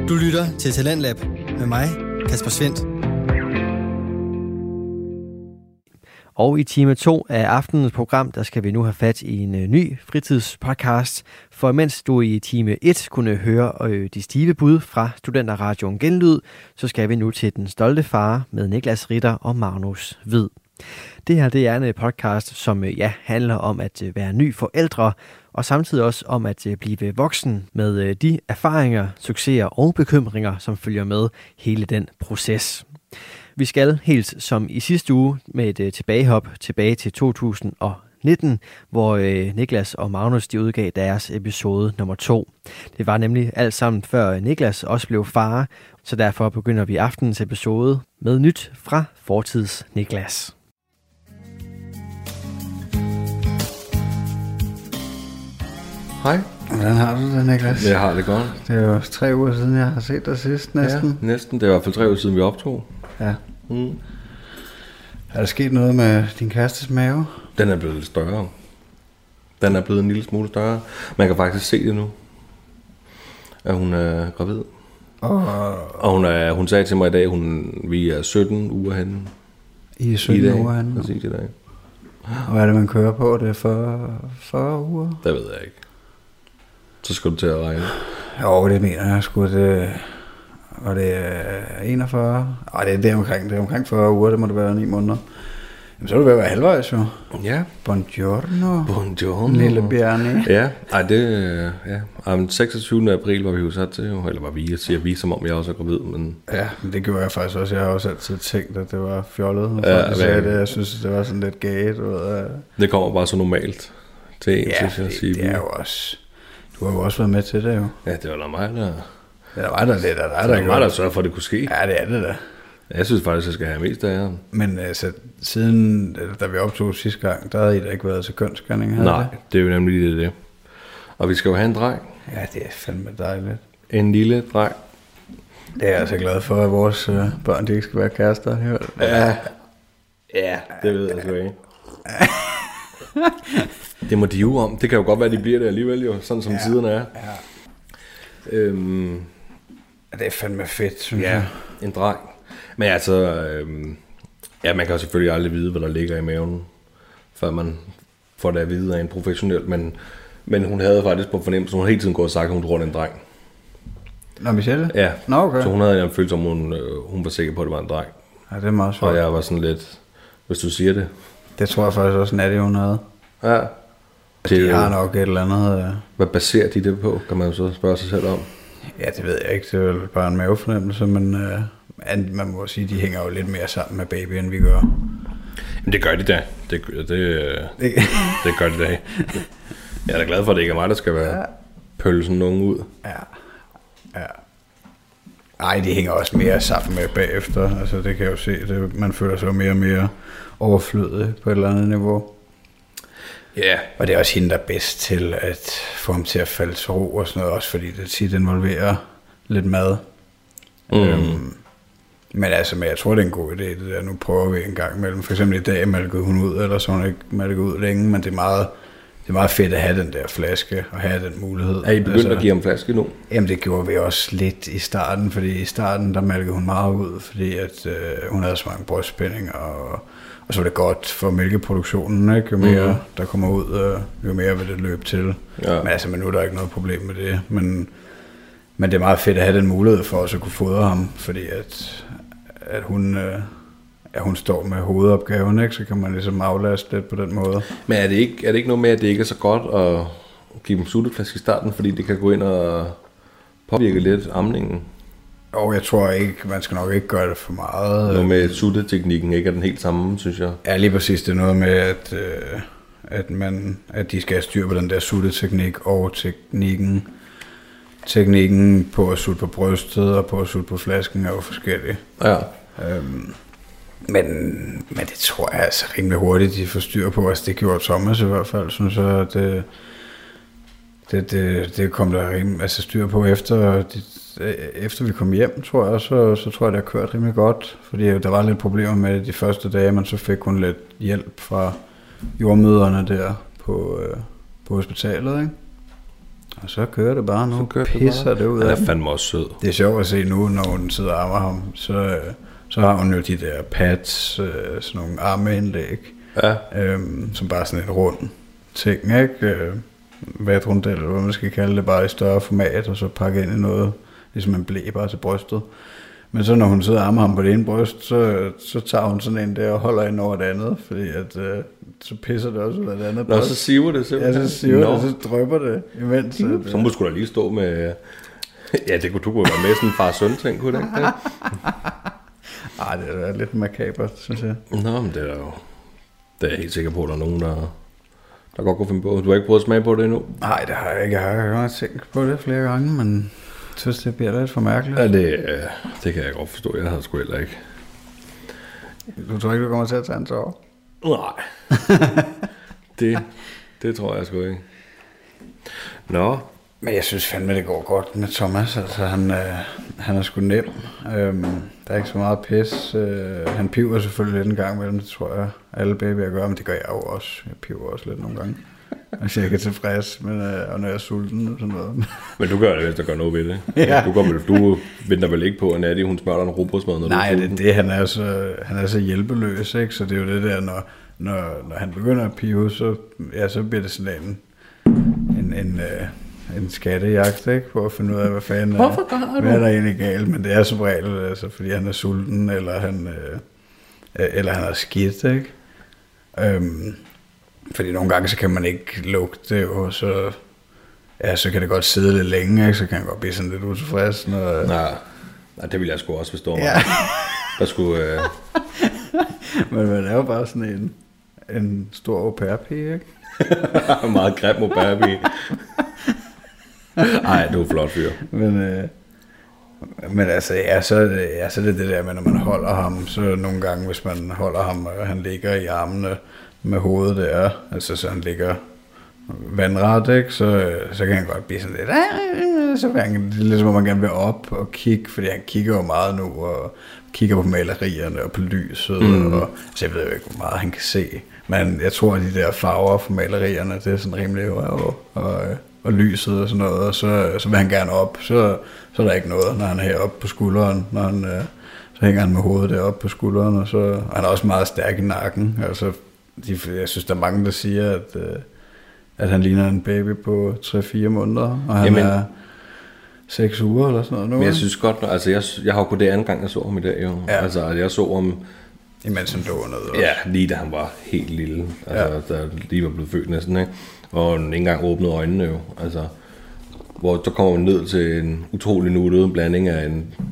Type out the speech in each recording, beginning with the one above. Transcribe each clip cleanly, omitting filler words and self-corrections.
Du lytter til Talentlab med mig, Kasper Svendt. Og i time 2 af aftenens program, der skal vi nu have fat i en ny fritidspodcast. For mens du i time 1 kunne høre de stive bud fra Studenterradioen Genlyd, så skal vi nu til Den Stolte Far med Niklas Ritter og Magnus Hvid. Det her det er en podcast, som handler om at være ny forældre, og samtidig også om at blive voksen med de erfaringer, succeser og bekymringer, som følger med hele den proces. Vi skal helt som i sidste uge med et tilbagehop tilbage til 2019, hvor Niklas og Magnus de udgav deres episode nummer 2. Det var nemlig alt sammen før Niklas også blev far, så derfor begynder vi aftenens episode med nyt fra fortids Niklas. Hej. Hvordan har du det, Niklas? Jeg har det godt. Det er jo 3 uger siden, jeg har set dig sidst, næsten. Ja, næsten. Det er i hvert fald 3 uger siden, vi optog. Ja. Er der sket noget med din kærestes mave? Den er blevet lidt større. Den er blevet en lille smule større. Man kan faktisk se det nu, at hun er gravid. Og hun sagde til mig i dag, at vi er 17 uger henne. I er 17 uger henne? Præcis i dag. Og hvad er det, man kører på? Det er 40 uger? Det ved jeg ikke. Så skal du til at regne. Jo, det mener jeg sgu. Og det er 41. Det er omkring 40 uger, det må det være 9 måneder. Jamen, så er du ved at være halvvejs, jo. Ja. Buongiorno. Lille Bjarni. Ja, den 26. april var vi jo sat til, eller var vi, jeg siger vi, som om jeg også er gravid, men... Ja, men det gjorde jeg faktisk også. Jeg har også altid tænkt, at det var fjollet. Jeg synes, det var sådan lidt gay. Det kommer bare så normalt til en, synes jeg. Ja, det er jo også... Du har jo også været med til det, jo. Ja, det var da mig, der... Ja, der var der lidt, der var mig, der sørgede for, at det kunne ske. Ja, det er det da. Jeg synes faktisk, jeg skal have mest af jer. Men altså, siden, da vi optog sidste gang, der havde I da ikke været til kønsscanning, havde Nej, det er jo nemlig det. Og vi skal jo have en dreng. Ja, det er fandme dejligt. En lille dreng. Det er jeg altså glad for, at vores børn, de ikke skal være kærester. Ja, det ved jeg sgu ikke. Det må de jo om. Det kan jo godt være, at de bliver det alligevel jo, sådan som tiden er. Ja. Det er fandme fedt, synes jeg. En dreng. Men altså, man kan jo selvfølgelig aldrig vide, hvad der ligger i maven, før man får det at vide af en professionel. Men hun havde faktisk på fornemmelse, hun hele tiden gået og sagt, at hun tror, det er en dreng. Nå, Michelle? Ja. Nå, okay. Så hun havde en følelse om, hun var sikker på, at det var en dreng. Ja, det er meget sjovt. Og jeg var sådan lidt, hvis du siger det. Det tror jeg faktisk også, Nadia, hun havde. Ja. De har nok et eller andet... Hvad baserer de det på, kan man jo så spørge sig selv om. Ja, det ved jeg ikke. Det er jo bare en mavefornemmelse, men man må sige, de hænger jo lidt mere sammen med baby, end vi gør. Men det gør de da. Det gør de da. Jeg er da glad for, at det ikke er mig, der skal være pølsen nogen ud. Ja. Ej, de hænger også mere sammen med bagefter. Altså, det kan jeg jo se. Man føler sig jo mere og mere overflødig på et eller andet niveau. Ja. Yeah. Og det er også hende, der er bedst til at få ham til at falde til ro og sådan noget, også fordi det tit involverer lidt mad. Men jeg tror, det er en god idé, det der. Nu prøver vi en gang imellem. For eksempel i dag malkede hun ud, eller så hun ikke malkede ud længe, men det er meget fedt at have den der flaske, og have den mulighed. Er I begyndt at give ham flaske nu? Jamen, det gjorde vi også lidt i starten, fordi i starten, der malkede hun meget ud, fordi at hun havde så mange brystspændinger, og så var det godt for mælkeproduktionen, ikke? Jo mere der kommer ud, jo mere vil det løbe til. Ja. Men nu er der ikke noget problem med det. Men det er meget fedt at have den mulighed for også at kunne fodre ham, fordi at hun står med hovedopgaven, ikke? Så kan man ligesom aflaste lidt på den måde. Men er det ikke noget med, at det ikke er så godt at give dem sutteflaske i starten, fordi det kan gå ind og påvirke lidt amningen? Og jeg tror ikke, man skal nok ikke gøre det for meget. Noget med sutteteknikken ikke er den helt samme, synes jeg. Ja, lige præcis. Det er noget med, at de skal have styr på den der sutteteknik og teknikken på at sutte på brystet og på at sutte på flasken er jo forskellige. Ja. Men det tror jeg altså rimelig hurtigt, de får styr på. Altså det gjorde Thomas i hvert fald, synes jeg, at det kom der rimelig styr på efter vi kom hjem, tror jeg, så tror jeg, det har kørt rimelig godt. Fordi der var lidt problemer med det de første dage, men så fik hun lidt hjælp fra jordmøderne der på hospitalet, ikke? Og så kører det bare nu. Så pisser det ud af. Han er fandme også sød. Det er sjovt at se nu, når hun sidder og armer ham, så har hun jo de der pads, sådan nogle armeindlæg, som bare sådan en rund ting, ikke? Vatrundel, eller hvad man skal kalde det, bare i større format, og så pakke ind i noget, ligesom en blæ bare til brystet. Men så når hun sidder og armer ham på det ene bryst, så tager hun sådan en der og holder ind over det andet, fordi at, så pisser det også ud af det andet bryst. Nå, så siver det simpelthen. Ja, så siver det, så drøber det imens. Så må du da lige stå med... Ja, det kunne du være med sådan en far-søn-ting, kunne det ikke det? Ej, det er lidt makabert, synes jeg. Nå, men det er jo... Det er jeg helt sikker på, at der er nogen, der godt kunne finde på. Du har ikke prøvet at smage på det endnu? Nej, det har jeg ikke. Jeg har tænkt på det flere gange, men jeg synes, det bliver lidt for mærkeligt. Ja, det kan jeg godt forstå. Jeg havde sgu heller ikke. Du tror ikke, du kommer til at tage en tår? Nej. det tror jeg sgu ikke. Nå. Men jeg synes fandme, det går godt med Thomas. Altså, han er sgu nem. Der er ikke så meget pis. Han piver selvfølgelig lidt en gang med dem, det tror jeg. Alle babyer gør, men det gør jeg jo også. Jeg piver også lidt nogle gange. Hvis jeg ikke er tilfreds, men, og når jeg er sulten og sådan noget. Men du gør det, hvis der gør noget ved det. Ja. Du venter vel ikke på, at Natty, hun smører dig en rugbrødsmad, når nej, du er det han er så hjælpeløs, ikke? Så det er jo det der, når han begynder at pive, så bliver det sådan en skattejagt, ikke? På at finde ud af, hvad fanden hvad er der egentlig galt. Men det er som regel, altså, fordi han er sulten, eller han er skidt, ikke? Fordi nogle gange, så kan man ikke lugte det, og så kan det godt sidde lidt længe, ikke? Så kan han godt blive sådan lidt utilfreds. Nej, det vil jeg sgu også forstå mig. Ja. Der skulle... Men man er jo bare sådan en stor au pair-pige, ikke? Meget grim au pair-pige. Ej, du er flot fyr. Men altså, så er det det der med, når man holder ham, så nogle gange, hvis man holder ham, og han ligger i armene med hovedet der, altså så han ligger vandret, ikke? Så kan han godt blive sådan lidt, så det er ligesom, at man gerne vil op og kigge, fordi han kigger jo meget nu, og kigger på malerierne og på lyset, og så jeg ved jo ikke, hvor meget han kan se, men jeg tror, at de der farver på malerierne, det er sådan rimelig og lyset og sådan noget, og så vil han gerne op, så er der ikke noget, når han er heroppe på skulderen, så hænger han med hovedet deroppe på skulderen, og han er også meget stærk i nakken, altså jeg synes, der er mange, der siger, at han ligner en baby på 3-4 måneder, og han er 6 uger eller sådan noget nu. Men jeg synes godt, altså jeg har jo kun det anden gang, jeg så ham i dag, jo. Ja. Altså jeg så ham... Imens han dånede også. Ja, lige da han var helt lille, altså da lige var blevet født næsten, ikke? Og ikke engang åbnede øjnene jo, altså... Hvor så kommer man ned til en utrolig nuttet blanding af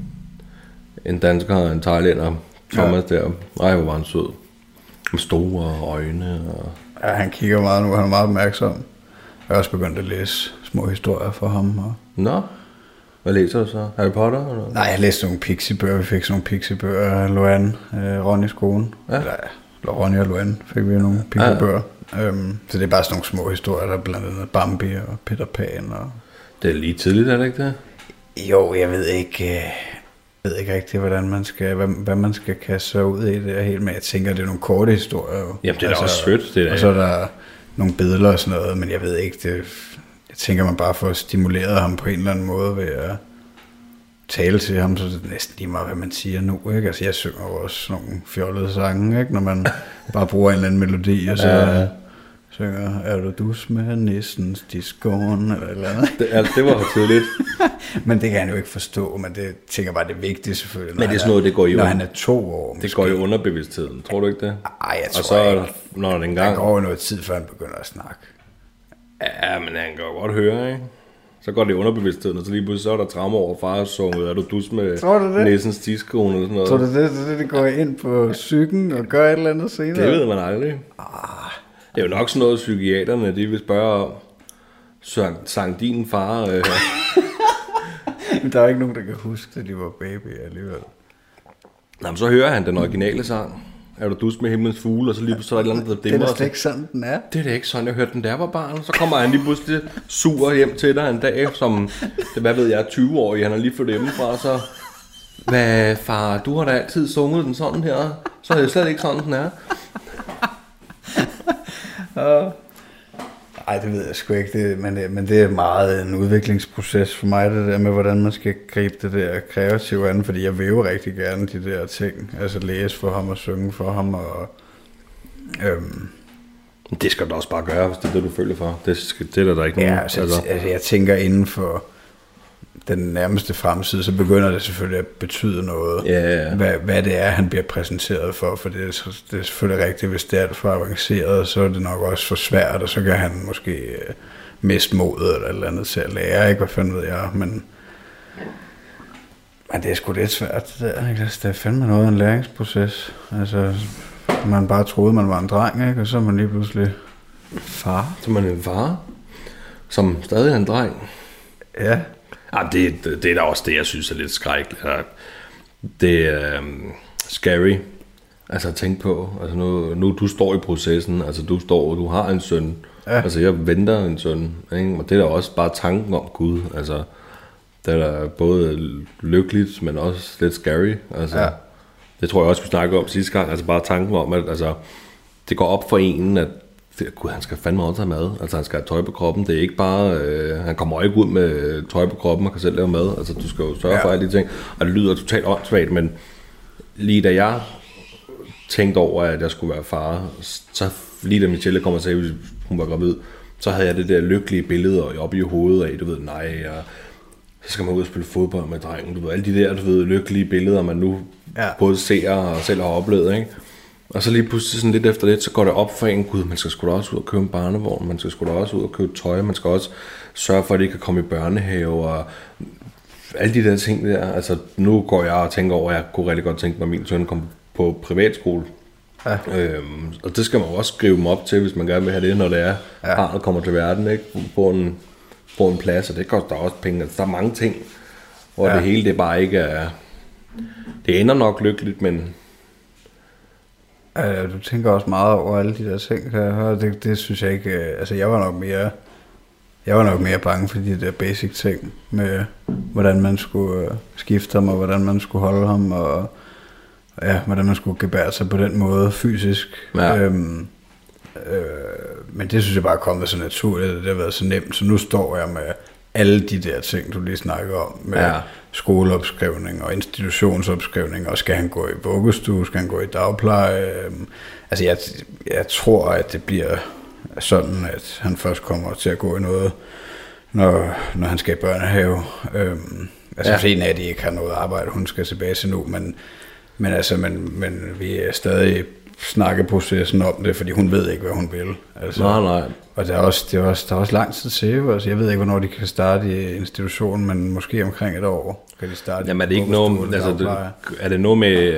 en dansker og en thailænder, Thomas der. Ej, hvor var han sød. Med store øjne. Ja, han kigger meget nu, han er meget opmærksom. Jeg har også begyndt at læse små historier for ham. Nå, hvad læser du så? Harry Potter? Eller? Nej, jeg læste nogle Pixie-bøger. Vi fik sådan nogle Pixie-bøger af Luan, Ron i skolen. Ja. Eller Ronny og Luan fik vi nogle Pixie-bøger. Så det er bare sådan nogle små historier, der blandt andet Bambi og Peter Pan. Det er lige tidligt, er det ikke det? Jo, jeg ved ikke rigtig, hvordan man skal, hvad man skal kaste sig ud i det helt med. Jeg tænker, det er nogle korte historier. Jo. Jamen, det er da også sødt. Det er og så er der nogle billeder og sådan noget, men jeg ved ikke, jeg tænker, man bare får stimuleret ham på en eller anden måde ved at tale til ham, så det er næsten lige meget, hvad man siger nu, ikke? Altså, jeg synger jo også nogle fjollede sange, ikke? Når man bare bruger en eller anden melodi, og så synger, er du dus med nissens diskon, eller et eller andet. Det var tidligt. Men det kan han jo ikke forstå, men det tænker bare, det er vigtigt selvfølgelig. Men det er sådan noget, det går jo... Når han er 2 år, det går jo underbevidstheden, tror du ikke det? Ej, jeg tror og så, ikke. Når det engang... Der går jo noget tid, før han begynder at snakke. Ja, men han kan jo godt høre, ikke? Så går det i underbevidstheden, og så lige pludselig så er der trauma over far sunget, er du dus med nissens diskon eller sådan noget. Tror du det går ind på psyken og gør et eller andet senere? Det ved man aldrig. Det er jo nok sådan noget, psykiaterne, de vil spørge om, sang din far... Men der er ikke nogen, der kan huske, at de var baby alligevel. Nå, men så hører han den originale sang. Er du dus med himlens fugle, og så lige så er der et eller andet, der dæmmer. Det er da ikke sådan, den er. Det er da ikke sådan, jeg hørte den der var barn. Så kommer han lige pludselig sur hjem til dig en dag, som, hvad ved jeg, 20-årig. Han er lige flyttet hjemmefra, så... Hvad far, du har da altid sunget den sådan her. Så er det slet ikke sådan, den er. Ej, det ved jeg sgu ikke, men det er meget en udviklingsproces for mig, det der med, hvordan man skal gribe det der kreative an, fordi jeg vil jo rigtig gerne de der ting, altså læse for ham og synge for ham, og det skal du også bare gøre, hvis det er det, du føler for. Det er der ikke nogen. Ja, altså, jeg tænker inden for den nærmeste fremtid, så begynder det selvfølgelig at betyde noget, hvad det er, han bliver præsenteret for det er selvfølgelig rigtigt, hvis det er alt for avanceret, så er det nok også for svært, og så kan han måske miste modet eller et eller andet til at lære, ikke? Hvad fanden ved jeg, men det er sgu lidt svært, det der, ikke? Det er fandme noget af en læringsproces, altså man bare troede, man var en dreng, ikke? Og så er man lige pludselig far. Så man er en far, som stadig er en dreng. Ja. Ja, det er da også det, jeg synes er lidt skrækkeligt. Det er scary, altså at tænke på. Altså nu du står i processen, altså du har en søn. Ja. Altså jeg venter en søn, ikke? Og det er da også bare tanken om Gud. Altså det er da både lykkeligt, men også lidt scary. Altså, ja. Det tror jeg også, vi snakkede om sidste gang. Altså bare tanken om, at altså, det går op for en, at Gud, han skal fandme også have mad. Altså han skal have tøj på kroppen. Det er ikke bare, han kommer ikke ud med tøj på kroppen og kan selv lave mad. Altså du skal jo sørge for alle de ting. Og det lyder totalt åndssvagt, men lige da jeg tænkte over, at jeg skulle være far, så lige da Michelle kom og sagde, at hun var gravid, så havde jeg det der lykkelige billede oppe i hovedet af, du ved, nej, og så skal man ud og spille fodbold med drengen. Du ved, alle de der, du ved, lykkelige billeder, man nu både ser og selv har oplevet, ikke? Og så lige pludselig sådan lidt efter lidt, så går det op for en, gud, man skal sgu da også ud og købe en barnevogn, man skal sgu da også ud og købe tøj, man skal også sørge for, at de kan komme i børnehave, og alle de der ting der. Altså nu går jeg og tænker over, at jeg kunne rigtig godt tænke mig, at min søn kom på privatskole. Ja. Og det skal man også skrive dem op til, hvis man gerne vil have det, når det er, barnet kommer til verden, ikke? På en plads, og det koster også penge. Altså, der er mange ting, hvor det hele det bare ikke er... Det ender nok lykkeligt, men... Du tænker også meget over alle de der ting, det synes jeg ikke... Altså, jeg var nok mere bange for de der basic ting, med hvordan man skulle skifte ham, og hvordan man skulle holde ham, og hvordan man skulle gebære sig på den måde fysisk. Ja. Men det synes jeg bare er kommet så naturligt, det har været så nemt, så nu står jeg med alle de der ting, du lige snakker om, med skoleopskrivning og institutionsopskrivning, og skal han gå i vuggestue, skal han gå i dagpleje. Altså jeg tror, at det bliver sådan, at han først kommer til at gå i noget, når han skal i børnehave. Altså en af de ikke har noget arbejde, hun skal tilbage til nu, men vi er stadig snakkeprocessen om det, fordi hun ved ikke, hvad hun vil. Altså, nej. Og der er også lang tid til. Altså, jeg ved ikke, hvornår de kan starte i institutionen, men måske omkring et år kan de starte. Jamen er det ikke noget, er det noget med,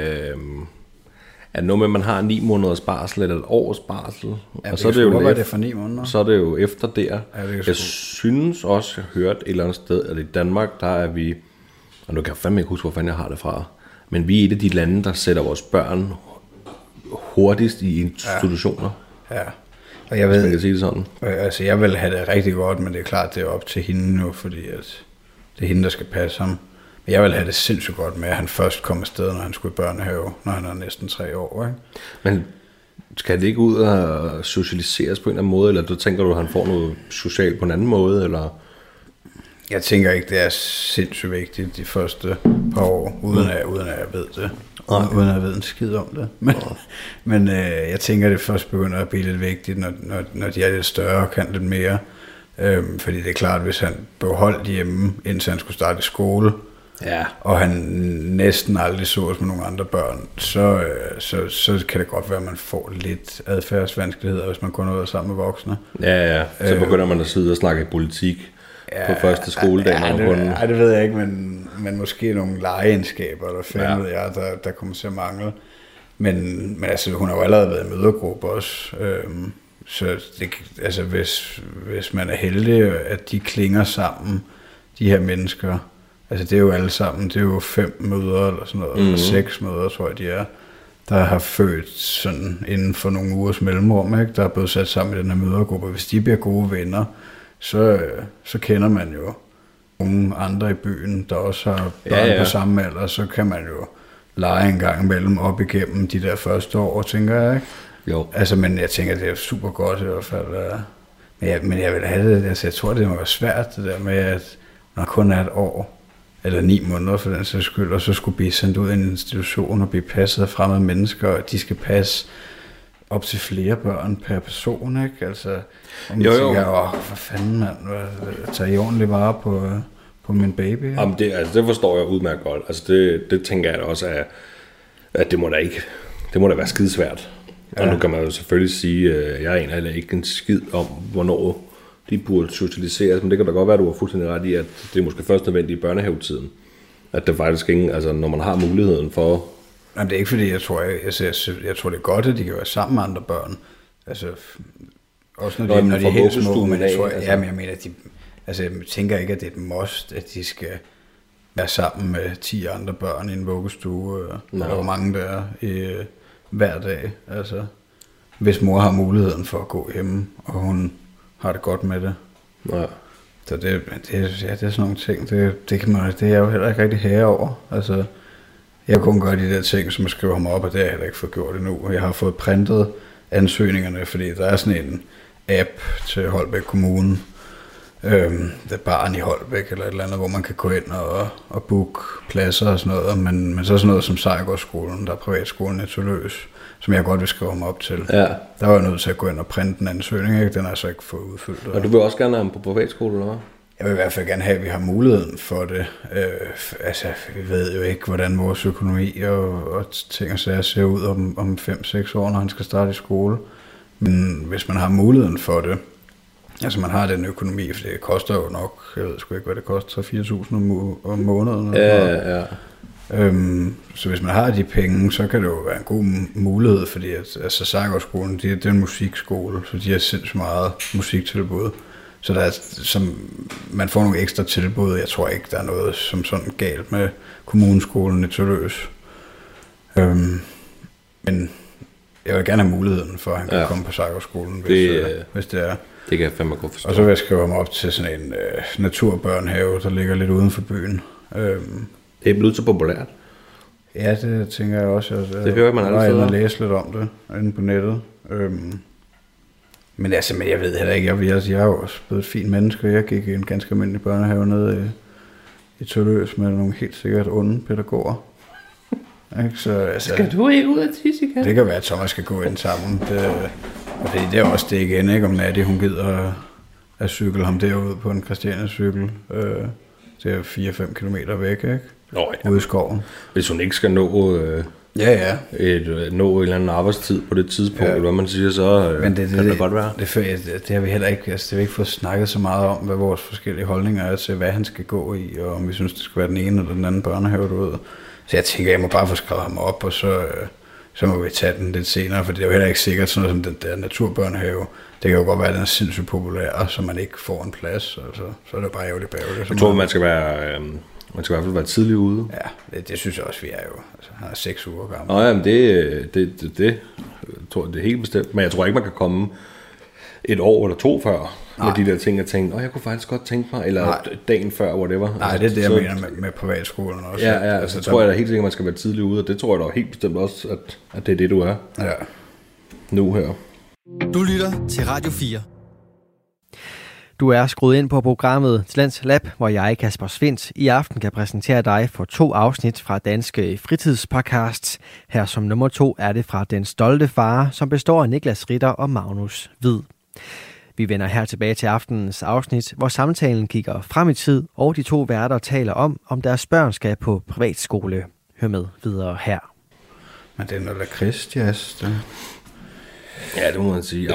at man har 9 måneders barsel eller et års barsel? Ja, og så er det jo det for 9 måneder. Så er det jo efter der. Ja, jeg synes også, jeg har hørt et eller andet sted, at i Danmark, der er vi, og nu kan jeg fandme ikke huske, hvor fanden jeg har det fra, men vi er et af de lande, der sætter vores børn hurtigst i institutioner. Ja. Og jeg ved, man kan sige det sådan. Altså jeg vil have det rigtig godt, men det er klart, det er op til hende nu, fordi at det er hende, der skal passe ham. Men jeg vil have det sindssygt godt med, at han først kom afsted, når han skulle i børnehave, når han er næsten 3 år. Ikke? Men skal det ikke ud og socialiseres på en eller anden måde, eller du tænker du, at han får noget socialt på en anden måde, eller? Jeg tænker ikke, det er sindssygt vigtigt de første par år, uden at jeg ved det. Uden at jeg ved en skid om det. Men jeg tænker, at det først begynder at blive lidt vigtigt, når de er lidt større og kan lidt mere. Fordi det er klart, hvis han beholdt hjemme, indtil han skulle starte i skole, og han næsten aldrig sås med nogle andre børn, så kan det godt være, at man får lidt adfærdsvanskeligheder, hvis man kun er sammen med voksne. Ja. Så begynder man at sidde og snakke politik på første skoledag. Nej, det ved jeg ikke, men måske nogle legeegenskaber, eller fanden ved jeg, der kommer til at mangle. Men altså, hun har jo allerede været i mødergruppe også, så det, altså, hvis man er heldig, at de klinger sammen, de her mennesker, altså det er jo alle sammen, det er jo 5 mødre eller sådan noget, eller 6 mødre, tror jeg de er, der har født sådan inden for nogle ugers mellemrum, ikke? Der er blevet sat sammen i den her mødergruppe. Hvis de bliver gode venner, så kender man jo nogle andre i byen, der også har børn på samme alder, så kan man jo lege en gang imellem op igennem de der første år, tænker jeg, ikke? Jo. Altså, men jeg tænker, det er super godt i hvert fald. Men jeg vil have det, altså jeg tror, det må være svært, det der med, at når kun er et år, eller 9 måneder for den sags skyld, og så skulle blive sendt ud i en institution og blive passet af fremmede mennesker, og de skal passe op til flere børn per person, ikke? Altså, og man tænker, for fanden, mand, tager I ordentligt vare på min baby? Ja? Jamen det forstår jeg udmærket godt. Altså det tænker jeg da også, at det må da være skidesvært. Ja. Og nu kan man jo selvfølgelig sige, at jeg aner heller ikke en skid om, hvornår de burde socialiseres, men det kan da godt være, at du har fuldstændig ret i, at det er måske først nødvendigt i børnehavetiden. At det faktisk ingen, altså når man har muligheden for... Jamen, det er ikke fordi, jeg tror, det er godt, at de kan være sammen med andre børn. Altså, også når de er helt små, men jeg mener, at jeg tænker ikke, at det er et must, at de skal være sammen med 10 andre børn i en vuggestue, og der er jo mange der hver dag. Altså, hvis mor har muligheden for at gå hjemme, og hun har det godt med det. Ja. Så det er sådan nogle ting, det er jeg jo heller ikke rigtig herre over. Altså, jeg kunne gøre de der ting, som jeg skriver ham op, og det har jeg heller ikke fået gjort endnu. Jeg har fået printet ansøgningerne, fordi der er sådan en app til Holbæk Kommune, det er Barn i Holbæk eller et eller andet, hvor man kan gå ind og booke pladser og sådan noget, men så sådan noget som Sejrgårdsskolen, der er privatskolen i Tølløs, som jeg godt vil skrive mig op til. Ja. Der var jeg nødt til at gå ind og printe en ansøgning, ikke? Den har jeg så ikke fået udfyldt. Og du vil også gerne have ham på privatskole, eller hvad? Jeg vil i hvert fald gerne have, at vi har muligheden for det. Altså, vi ved jo ikke, hvordan vores økonomi og ting og sager ser ud om 5-6 år, når han skal starte i skole. Men hvis man har muligheden for det, altså man har den økonomi, for det koster jo nok, jeg ved sgu ikke, hvad det koster, 4.000 om måneden. Ja. Så hvis man har de penge, så kan det jo være en god mulighed, fordi altså Sejrgårdsskolen, det er en musikskole, så de har sindssygt meget musiktilbud. Så man får nogle ekstra tilbud. Jeg tror ikke, der er noget som sådan galt med kommuneskolen i Tølløs. Men jeg vil gerne have muligheden for, at han kan komme på Sejrgårdsskolen, hvis det er. Det kan jeg fandme godt forstå. Og så vil jeg skrive mig op til sådan en naturbørnehave, der ligger lidt uden for byen. Det er blevet så populært. Ja, det tænker jeg også. Det hører man altid. Jeg har læst lidt om det inde på nettet. Men jeg ved heller ikke, jeg er jo også blevet et fint menneske. Jeg gik i en ganske almindelig børnehave nede i Tølløs med nogle helt sikkert onde pædagoger. Ikke? Så, skal du ikke ud af tisse igen? Det kan være, at Thomas skal gå ind sammen. Fordi det er også det igen, ikke? Om Natty, hun gider at cykle ham derude på en Christiania-cykel. Det er 4-5 kilometer væk, ikke? Ude i skoven. Hvis hun ikke skal nå... nå en eller anden arbejdstid på det tidspunkt, eller hvad man siger, så kan det godt være. Det har vi heller ikke, altså det har vi ikke fået snakket så meget om, hvad vores forskellige holdninger er til, hvad han skal gå i, og om vi synes, det skal være den ene eller den anden børnehave derude. Så jeg tænker, jeg må bare få skrevet ham op, og så må vi tage den lidt senere, for det er jo heller ikke sikkert, sådan noget som den der naturbørnehave. Det kan jo godt være, at den er sindssygt populær, så man ikke får en plads, altså, så er det bare ærgerligt bagud. Jeg tror, man skal være... Man skal i hvert fald være tidligt ude. Ja, det synes jeg også, vi er jo. Altså, han er 6 uger gammel. Nå ja, men det tror jeg, det er helt bestemt. Men jeg tror ikke, man kan komme et år eller 2 før med de der ting, jeg tænkte, jeg kunne faktisk godt tænke mig, eller dagen før, whatever. Nej, det er det, jeg mener med privatskolen også. Ja, altså, så tror jeg da helt sikkert, at man skal være tidligt ude, og det tror jeg da helt bestemt også, at det er det, du er. Ja. Nu her. Du lytter til Radio 4. Du er skruet ind på programmet Talents Lab, hvor jeg, Kasper Svindt, i aften kan præsentere dig for 2 afsnit fra Danske Fritidspodcasts. Her som nummer 2 er det fra Den Stolte Far, som består af Niklas Ritter og Magnus Hvid. Vi vender her tilbage til aftenens afsnit, hvor samtalen kigger frem i tid, og de 2 værter taler om deres børn skal på privatskole. Hør med videre her. Men det er noget lakridsjazz, det. Ja, det må man sige.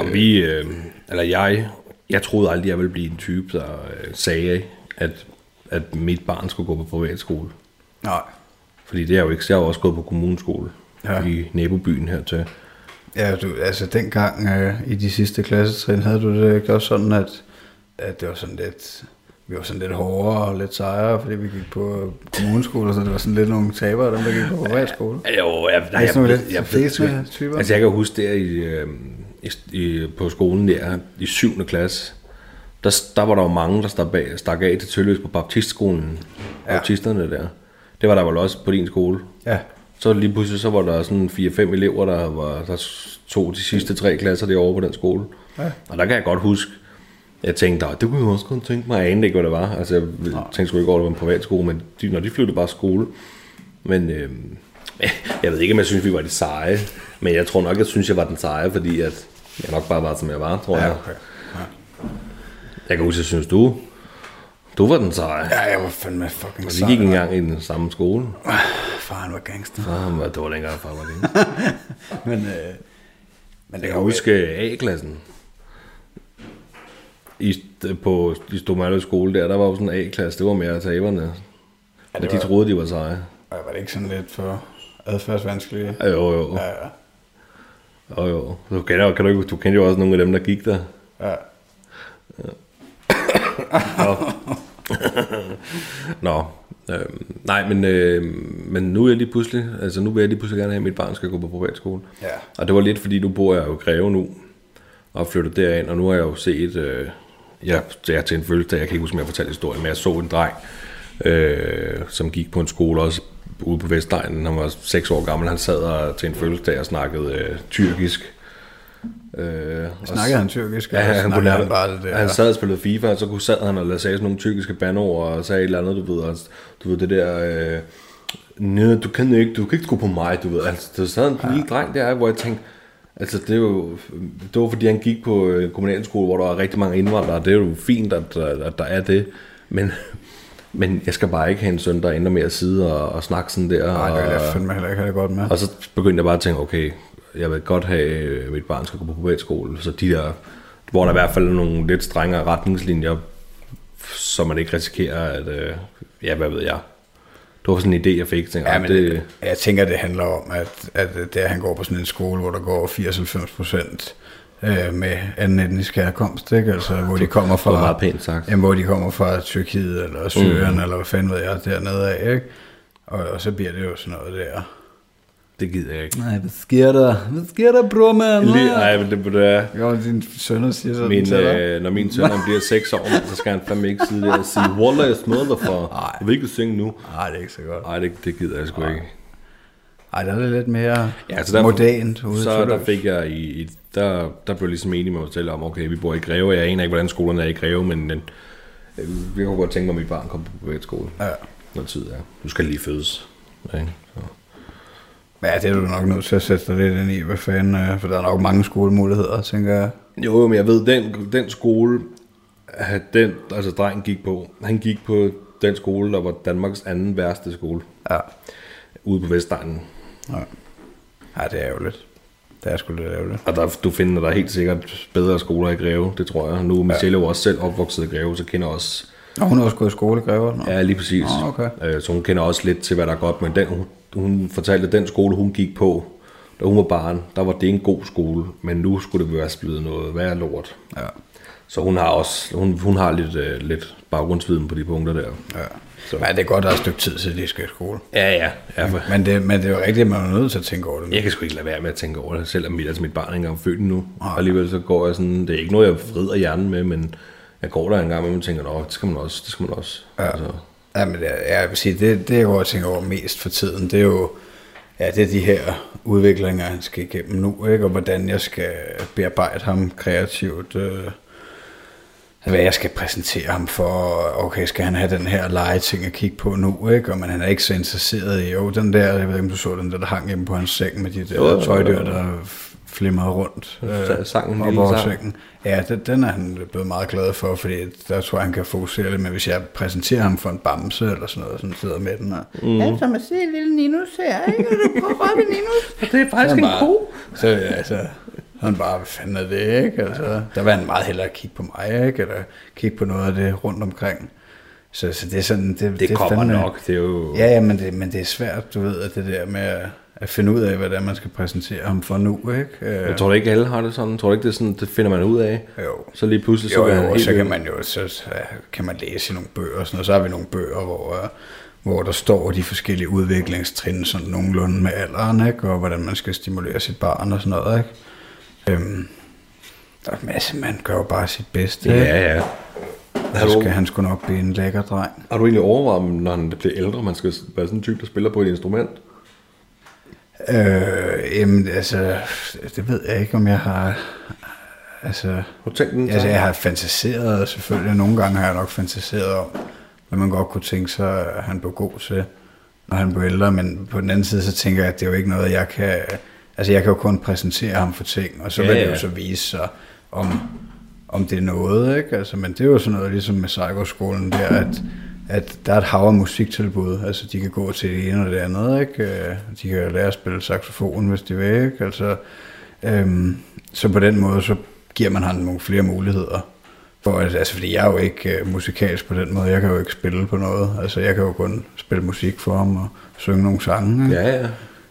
Jeg troede aldrig, jeg ville blive en type, der sagde, at mit barn skulle gå på privatskole. Nej. Fordi det er jo ikke. Jeg har også gået på kommuneskole i nabobyen hertil. Ja, altså dengang i de sidste klassetrin, havde du det ikke også sådan, at det var sådan lidt... Vi var sådan lidt hårdere og lidt sejere, fordi vi gik på kommuneskole, så det var sådan lidt nogle tabere, dem der gik på privatskole. Jeg kan huske der på skolen der i 7. klasse, der var der jo mange, der stak af til Tølløs på baptistskolen. Baptisterne der. Det var der vel også på din skole. Ja. Så lige pludselig så var der sådan 4-5 elever, der tog de sidste 3 klasser derovre på den skole. Ja. Og der kan jeg godt huske, Jeg tænkte, det kunne jeg også kun tænke mig. Jeg anede ikke, hvad det var. Altså, jeg tænkte sgu ikke over, at det var en privatskole, men når de flyttede bare skole. Men jeg ved ikke, om jeg synes, vi var de seje. Men jeg tror nok, jeg var den seje, fordi at jeg nok bare var, som jeg var, tror jeg. Okay. Ja. Jeg kan huske, jeg synes, du var den seje. Ja, jeg var fandme fucking sej. Vi gik engang i den samme skole. Faren var gangster. Det var dengang, far var gangster. men jeg kan huske A-klassen. I Stormølle skole der var jo sådan en A-klasse, det var mere taberne. Ja, de troede, de var seje. Var det ikke sådan lidt for adfærdsvanskelige? Jo. Ja. Jo. Du kender jo også nogle af dem, der gik der. Ja. Nå. Nej, men nu er jeg lige pludselig, nu vil jeg lige pludselig gerne have, at mit barn skal gå på privatskole. Ja. Og det var lidt, fordi nu bor jeg jo i Greve nu, og flyttet derind, og nu har jeg jo set, jeg til en fødselsdag, jeg kan ikke huske, om jeg fortalte historien, men jeg så en dreng, som gik på en skole også ude på Vestegnen. Han var 6 år gammel, han sad til en fødselsdag og snakkede tyrkisk. Snakkede han tyrkisk? Ja, han sad og spillede FIFA, og så sad han og sagde sådan nogle tyrkiske bandord, og sagde et eller andet, du ved det der, du kan ikke gå på mig, du ved. Altså, der sad en lille dreng der, hvor jeg tænkte, altså det var fordi han gik på en kommunalskole, hvor der er rigtig mange indvandrere, det er jo fint, at der er det, men jeg skal bare ikke have en søn, der ender med at sidde og snakke sådan der. Nej, det vil jeg fandme heller ikke have det godt med. Og så begyndte jeg bare at tænke, okay, jeg vil godt have, at mit barn skal gå på privatskole, så de der, hvor der i hvert fald er nogle lidt strengere retningslinjer, så man ikke risikerer, at, hvad ved jeg. Det var sådan en idé, jeg fik. Tænkte, jeg tænker, det handler om, at der han går på sådan en skole, hvor der går 80-90% med anden etnisk herkomst, ikke? Altså, hvor de kommer fra, meget pænt sagt. Jamen, hvor de kommer fra Tyrkiet eller Syrien, eller hvad fanden ved jeg, dernede af, ikke? Og så bliver det jo sådan noget der. Det gider jeg ikke. Nej, hvad sker der, bror, mand? Nej, men det er... Jo, din sønner siger sådan til dig. Når min søn bliver 6 år, så skal han fandme ikke sidde der og sige, Wallah, jeg smadrer for. Jeg vil ikke synge nu. Nej, det er ikke så godt. Nej, det gider jeg sgu ikke. Ej, der er det lidt mere modent ude. Så der fik jeg der blev ligesom enig med mig selv om, okay, vi bor i Greve. Jeg aner ikke, hvordan skolerne er i Greve, men vi kunne godt tænke mig, at mit barn kommer på privatskole. Ja. Når tid er. Du skal lige fødes. Okay? Så. Ja, det er du nok nødt til at sætte dig lidt ind i, hvad fanden, for der er nok mange skolemuligheder, tænker jeg. Jo, men jeg ved, den skole, altså drengen gik på, han gik på den skole, der var Danmarks anden værste skole. Ja. Ude på Vestegnen. Ja, det er ærgerligt. Det er sgu lidt ærgerligt. Og du finder der helt sikkert bedre skoler i Greve, det tror jeg. Nu er Michelle jo også selv opvokset i Greve, så kender også... Og hun har også gået i skole i Greve? Ja, lige præcis. Okay. Så hun kender også lidt til, hvad der er godt, men hun fortalte, at den skole, hun gik på, da hun var barn, der var det en god skole, men nu skulle det være blevet noget værre lort. Ja. Så hun har også hun har lidt baggrundsviden på de punkter der. Ja. Så. Ja, det er godt, at der er et stykke tid til, de skal i skole. Ja. Men det er jo rigtigt, at man er nødt til at tænke over det nu. Jeg kan sgu ikke lade være med at tænke over det, selvom mit barn er engang født nu. Og alligevel så går jeg sådan, det er ikke noget, jeg vrider hjernen med, men jeg går der engang med, og tænker, det skal man også. Ja. Altså. Ja, men jeg vil sige, det jeg går og tænker over mest for tiden, det er jo, det er de her udviklinger, han skal igennem nu, ikke? Og hvordan jeg skal bearbejde ham kreativt, hvad jeg skal præsentere ham for, okay, skal han have den her legeting at kigge på nu, ikke? Og men han er ikke så interesseret i, den der, jeg ved ikke, om du så den der hang hjemme på hans seng med de der tøjdyr, der flimrede rundt over sengen. Ja, den er han blevet meget glad for, fordi der tror jeg, han kan fokusere lidt, men hvis jeg præsenterer ham for en bamse eller sådan noget, sådan sidder med den og, så man ser lille Ninus her, ikke? Du prøver bare ved Ninus. Det er faktisk en ko. Så altså, han bare, hvad fanden er det, ikke? Altså, der vil han meget hellere kigge på mig, ikke? Eller kigge på noget af det rundt omkring. Så det er sådan... Det kommer fandme nok, det er jo... Ja, men det er svært, du ved, at det der med at finde ud af, hvad det er, man skal præsentere ham for nu, ikke? Jeg tror ikke, alle har det sådan. Jeg tror ikke, det er sådan, det finder man ud af. Jo. Så lige pludselig... Så kan man jo, så kan man læse i nogle bøger og sådan noget. Så har vi nogle bøger, hvor der står de forskellige udviklingstrin, sådan nogenlunde med alderen, ikke? Og hvordan man skal stimulere sit barn og sådan noget, ikke? Der er en masse, man gør jo bare sit bedste. Ja. Han skulle nok blive en lækker dreng. Har du egentlig overvejet, når han bliver ældre, man skal være sådan en type, der spiller på et instrument? Jamen, altså, det ved jeg ikke, om jeg har Altså, Altså, jeg har fantaseret, selvfølgelig nogle gange har jeg nok fantaseret om, hvad man godt kunne tænke sig, at han blev god til, når han blev ældre, men på den anden side, så tænker jeg, at det er jo ikke noget, jeg kan... Altså, jeg kan jo kun præsentere ham for ting, og så vil det jo så vise sig, om det er noget, ikke? Altså, men det er jo sådan noget, ligesom med Psycho-skolen der, at der er et hav af musiktilbud, altså de kan gå til det ene og det andet, ikke? De kan lære at spille saxofon, hvis de vil, ikke? Altså, så på den måde, så giver man ham nogle flere muligheder. Fordi jeg er jo ikke musikalsk på den måde, jeg kan jo ikke spille på noget, altså jeg kan jo kun spille musik for ham og synge nogle sange, ikke? Ja.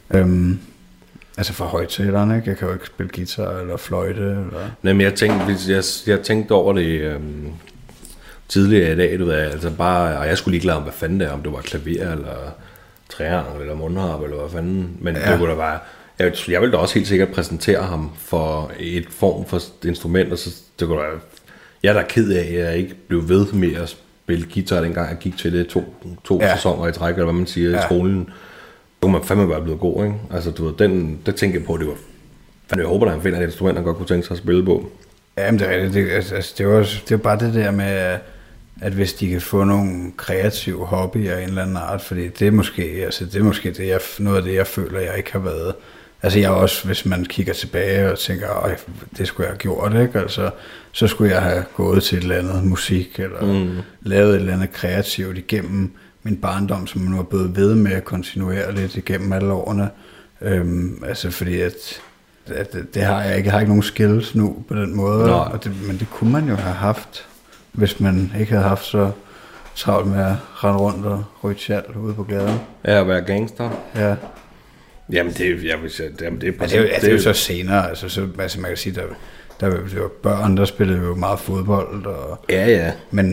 Altså for højtalerne, ikke? Jeg kan jo ikke spille guitar eller fløjte. Eller... Nej, men jeg tænkte over det tidligere i dag, du ved, altså bare, og jeg skulle ligeglad om, hvad fanden det er, om det var klaver eller triangel eller mundharp eller hvad fanden, men det kunne da bare, jeg ville da også helt sikkert præsentere ham for et form for instrument, og så det kunne da, jeg er da ked af, at jeg ikke blev ved med at spille guitar, dengang jeg gik til det to sæsoner i træk, eller hvad man siger, i skolen. Så kunne man fandme bare blevet god, ikke? Altså, du ved, der tænker jeg på, det var fandme, jeg håber, at han finder et instrument, han godt kunne tænke sig at spille på. Jamen, det er bare det der med, at hvis de kan få nogle kreative hobbyer af en eller anden art, fordi det er måske noget af det, jeg føler, jeg ikke har været. Altså jeg også, hvis man kigger tilbage og tænker, det skulle jeg have gjort, ikke? Altså, så skulle jeg have gået til et eller andet musik, eller lavet et eller andet kreativt igennem min barndom, som man nu er blevet ved med kontinuerligt igennem alle årene. Altså fordi at det har jeg ikke. Jeg har ikke nogen skills nu på den måde, men det kunne man jo have haft, hvis man ikke havde haft så travlt med at rende rundt og ryge tjal ude på gaden. Ja, at være gangster. Ja. Jamen det er jo så senere, altså man kan sige, der var børn, der spillede jo meget fodbold, og ja.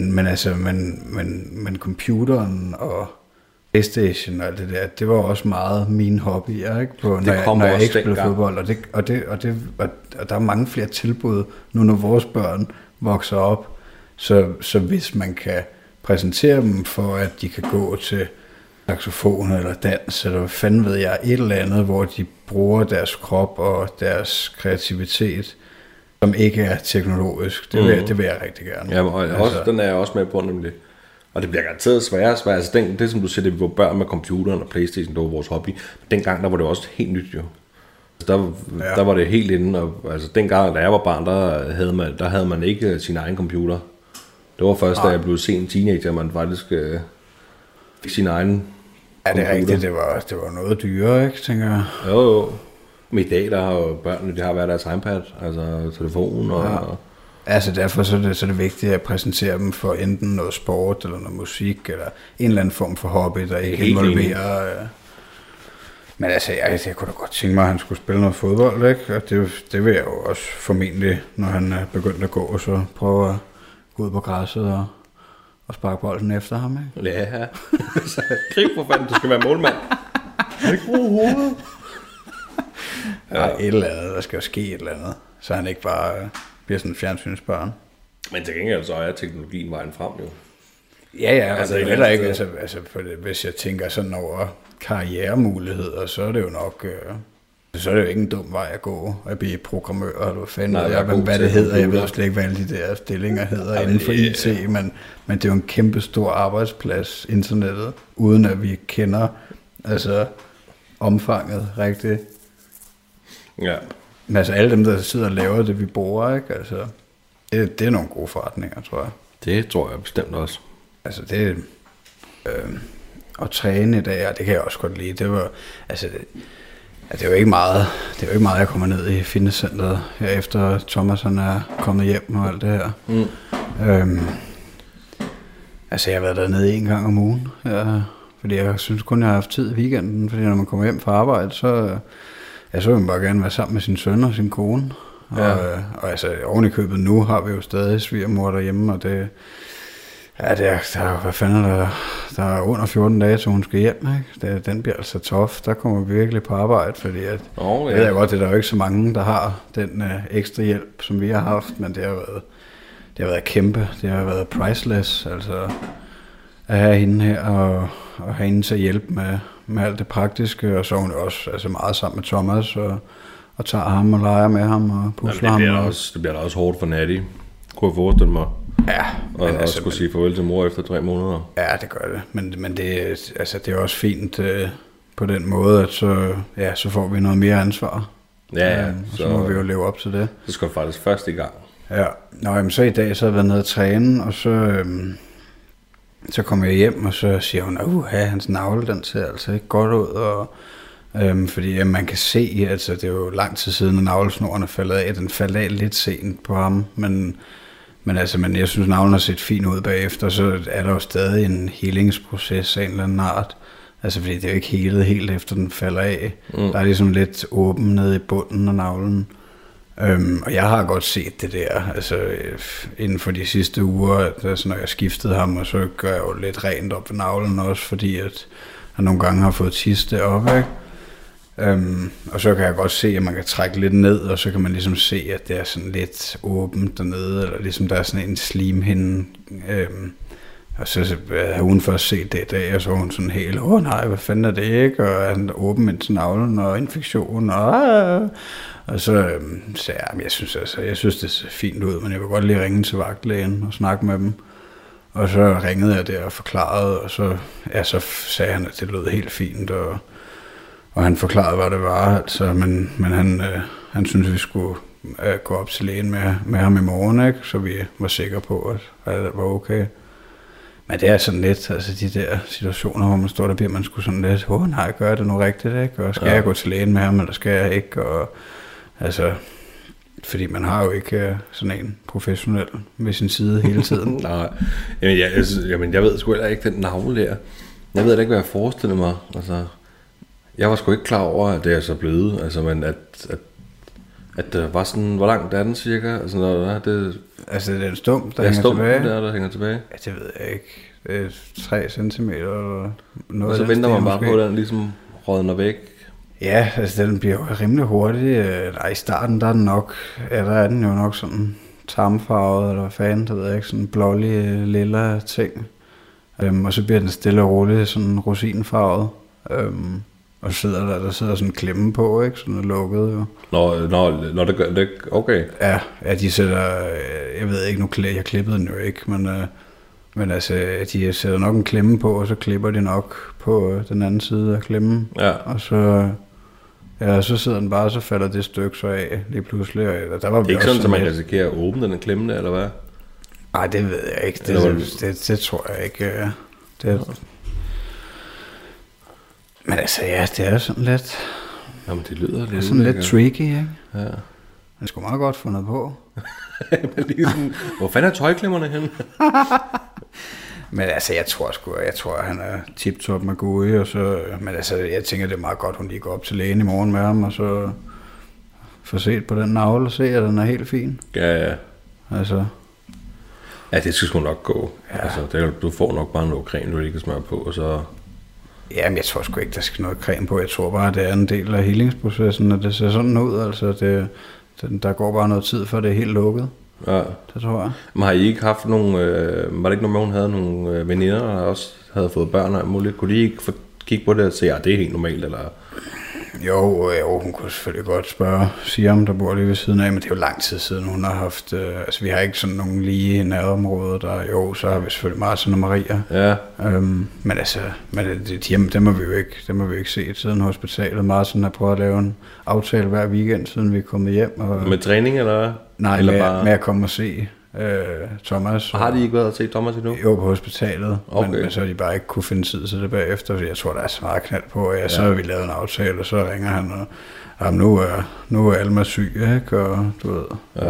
Men computeren og PlayStation og alt det der, det var også meget mine hobbyer, ikke? Når jeg ikke spillede fodbold, og der er mange flere tilbud nu, når vores børn vokser op, så hvis man kan præsentere dem for, at de kan gå til saxofon eller dans, eller hvad fanden ved jeg, et eller andet, hvor de bruger deres krop og deres kreativitet, som ikke er teknologisk. Det vil jeg rigtig gerne. Ja, og den er jeg også med på, nemlig. Og det bliver garanteret sværere. Altså det som du siger, det var børn med computeren og PlayStation, det var vores hobby. Dengang, der var det også helt nyt jo. Der var det helt inde, og altså dengang, da jeg var barn, der havde man ikke sin egen computer. Det var først, da jeg blev sen teenager, man faktisk fik sin egen computer. Det er rigtigt, det var noget dyrere, ikke, tænker jeg. Jo. Men i dag, der har jo børnene, de har været deres iPad, altså telefon og... Ja. Altså derfor så er det vigtigt at præsentere dem for enten noget sport, eller noget musik, eller en eller anden form for hobby, der ikke involverer... Men altså, jeg kunne da godt tænke mig, at han skulle spille noget fodbold, ikke? Og det vil jeg jo også formentlig, når han er begyndt at gå, så prøve at gå ud på græsset og sparke bolden efter ham, ikke? Ja, så grib for fanden, du skal være målmand. Kan du ikke bruge hovedet? Ja, et eller andet, der skal jo ske et eller andet, så han ikke bare bliver sådan en fjernsynsbørn. Men til gengæld så er teknologien vejen frem jo. Ja, altså det er heller ikke, altså for det, hvis jeg tænker sådan over karrieremuligheder, så er det jo nok, så er det jo ikke en dum vej at gå, at blive programmør, eller hvad fanden, hvad det hedder, jeg ved slet ikke, hvad alle de der stillinger hedder inden for IT, men det er jo en kæmpe stor arbejdsplads, internettet, uden at vi kender altså omfanget rigtigt. Ja. Men altså alle dem, der sidder og laver det, vi bruger, ikke? Altså, det er nogle gode forretninger, tror jeg. Det tror jeg bestemt også. Altså det at træne i dag, og det kan jeg også godt lide. Det var, altså, det er jo ikke meget, jeg kommer ned i fitnesscenteret her efter Thomas han er kommet hjem og alt det her. Altså jeg har været dernede en gang om ugen, fordi jeg synes kun, jeg har haft tid i weekenden, fordi når man kommer hjem fra arbejde, så vil man bare gerne være sammen med sin søn og sin kone. Ja. Og altså oven i købet nu har vi jo stadig svigermor derhjemme, og det hvad fanden der er under 14 dage, så hun skal hjem, ikke? Den bliver altså tough. Der kommer vi virkelig på arbejde, fordi at, jeg ved godt, det er der jo ikke så mange, der har den ekstra hjælp, som vi har haft, men det har været kæmpe. Det har været priceless, altså at have hende her og have hende til at hjælpe med alt det praktiske, og så hun også altså meget sammen med Thomas og tager ham og leger med ham og pusler ham. Det bliver da også hårdt for Natty, kunne jeg forestille mig. Ja. Og altså, skulle sige farvel til mor efter 3 måneder. Ja, det gør det. Men det, altså, det er også fint på den måde, at så får vi noget mere ansvar. Ja, så må vi jo leve op til det. Så skal du faktisk først i gang. Ja, jamen, så i dag så har jeg været nede at træne, og så kommer jeg hjem, og så siger hun, hans navle, den ser altså ikke godt ud, og fordi man kan se, altså det er jo lang tid siden, at navlesnoren er faldet af, den faldt af lidt sent på ham, men jeg synes, navlen har set fint ud bagefter, så er der jo stadig en helingsproces af en eller anden art, altså fordi det er jo ikke helet helt efter den falder af, der er ligesom lidt åben nede i bunden af navlen. Og jeg har godt set det der, altså inden for de sidste uger, altså, når jeg skiftede ham, og så gør jeg jo lidt rent op ved navlen også, fordi at jeg nogle gange har fået tisse deroppe, ikke? Og så kan jeg godt se, at man kan trække lidt ned, og så kan man ligesom se, at det er sådan lidt åbent dernede, eller ligesom der er sådan en slimhinde. Og så havde hun først set det i dag, og så var hun sådan helt, nej, hvad fanden er det, ikke? Og er han åben ind til navlen, og infektion, og så sagde jeg, jeg synes det ser fint ud, men jeg vil godt lige ringe til vagtlægen og snakke med dem. Og så ringede jeg der og forklarede, og så sagde han, at det lød helt fint, og han forklarede, hvad det var, altså, men han syntes, vi skulle gå op til lægen med ham i morgen, ikke? Så vi var sikre på, at det var okay. Men det er sådan lidt, altså de der situationer, hvor man står der, bliver man sgu sådan lidt, nej, gør det nu rigtigt, ikke? Og skal jeg gå til lægen med ham, eller skal jeg ikke? Og altså, fordi man har jo ikke sådan en professionel ved sin side hele tiden. Nej, jamen jeg ved sgu heller ikke den navle der. Jeg ved ikke, hvad jeg forestiller mig. Altså, jeg var sgu ikke klar over, at det er så blevet. Altså, men at det var sådan, hvor langt er den cirka? Altså, det er en stump, der hænger tilbage? Der hænger tilbage. Ja, det ved jeg ikke. Det er 3 centimeter eller noget. Og så venter man bare på, at den ligesom rådner væk. Ja, altså den bliver jo rimelig hurtig. I starten der er den jo nok sådan tarmfarvet, eller hvad fanden, det ved jeg ikke, sådan blålig lilla ting. Og så bliver den stille og roligt sådan rosinfarvet. Og der sidder sådan en klemme på, ikke? Sådan er lukket jo. Når det gør det, okay. Ja, de sætter, jeg ved ikke, jeg klippede den jo ikke, men altså, de sætter nok en klemme på, og så klipper de nok på den anden side af klemmen. Ja. Og så sidder den bare, og så falder det stykke så af lige pludselig. Og der var det er ikke sådan, at man risikerer at åbne den klemme der, eller hvad? Nej, det ved jeg ikke. Det tror jeg ikke. Men altså, ja, det er sådan lidt... Jamen, det lyder lidt... sådan lidt tricky, ikke? Ja. Det er sgu meget godt fundet på. Ligesom, hvor fanden er tøjklemmerne henne? Men altså, jeg tror, han er tip-top med gode, og så... Men altså, jeg tænker, det er meget godt, hun lige går op til lægen i morgen med ham, og så får set på den navle og se, at den er helt fin. Ja. Altså... Ja, det skal sgu nok gå. Ja. Altså, du får nok bare noget creme, du ikke kan smøre på, og så... Jamen, jeg tror sgu ikke, der skal noget creme på. Jeg tror bare, det er en del af healingsprocessen, og det ser sådan ud. Altså, der går bare noget tid, før det er helt lukket. Ja. Det tror jeg. Men har I ikke haft nogen... var det ikke noget med, hun havde nogle veninder, der også havde fået børn og muligt? Kunne de ikke kigge på det og se, at det er helt normalt, eller... Jo, hun kunne selvfølgelig godt spørge Siam, der bor lige ved siden af, men det er jo lang tid siden, hun har haft... altså, vi har ikke sådan nogen lige nærområder, der... Jo, så har vi selvfølgelig Martin og Maria. Ja. Men altså, dem har vi ikke set siden hospitalet. Martin har prøvet at lave en aftale hver weekend, siden vi er kommet hjem. Og... Med træning, eller? Nej, eller med at komme og se Thomas. Og har de ikke været at se Thomas endnu? Jo, på hospitalet, okay. men så har de bare ikke kunne finde tid til det bagefter, fordi jeg tror, der er så meget knald på, og så har vi lavet en aftale, og så ringer han, og nu er Alma syg, ikke? Og du ved,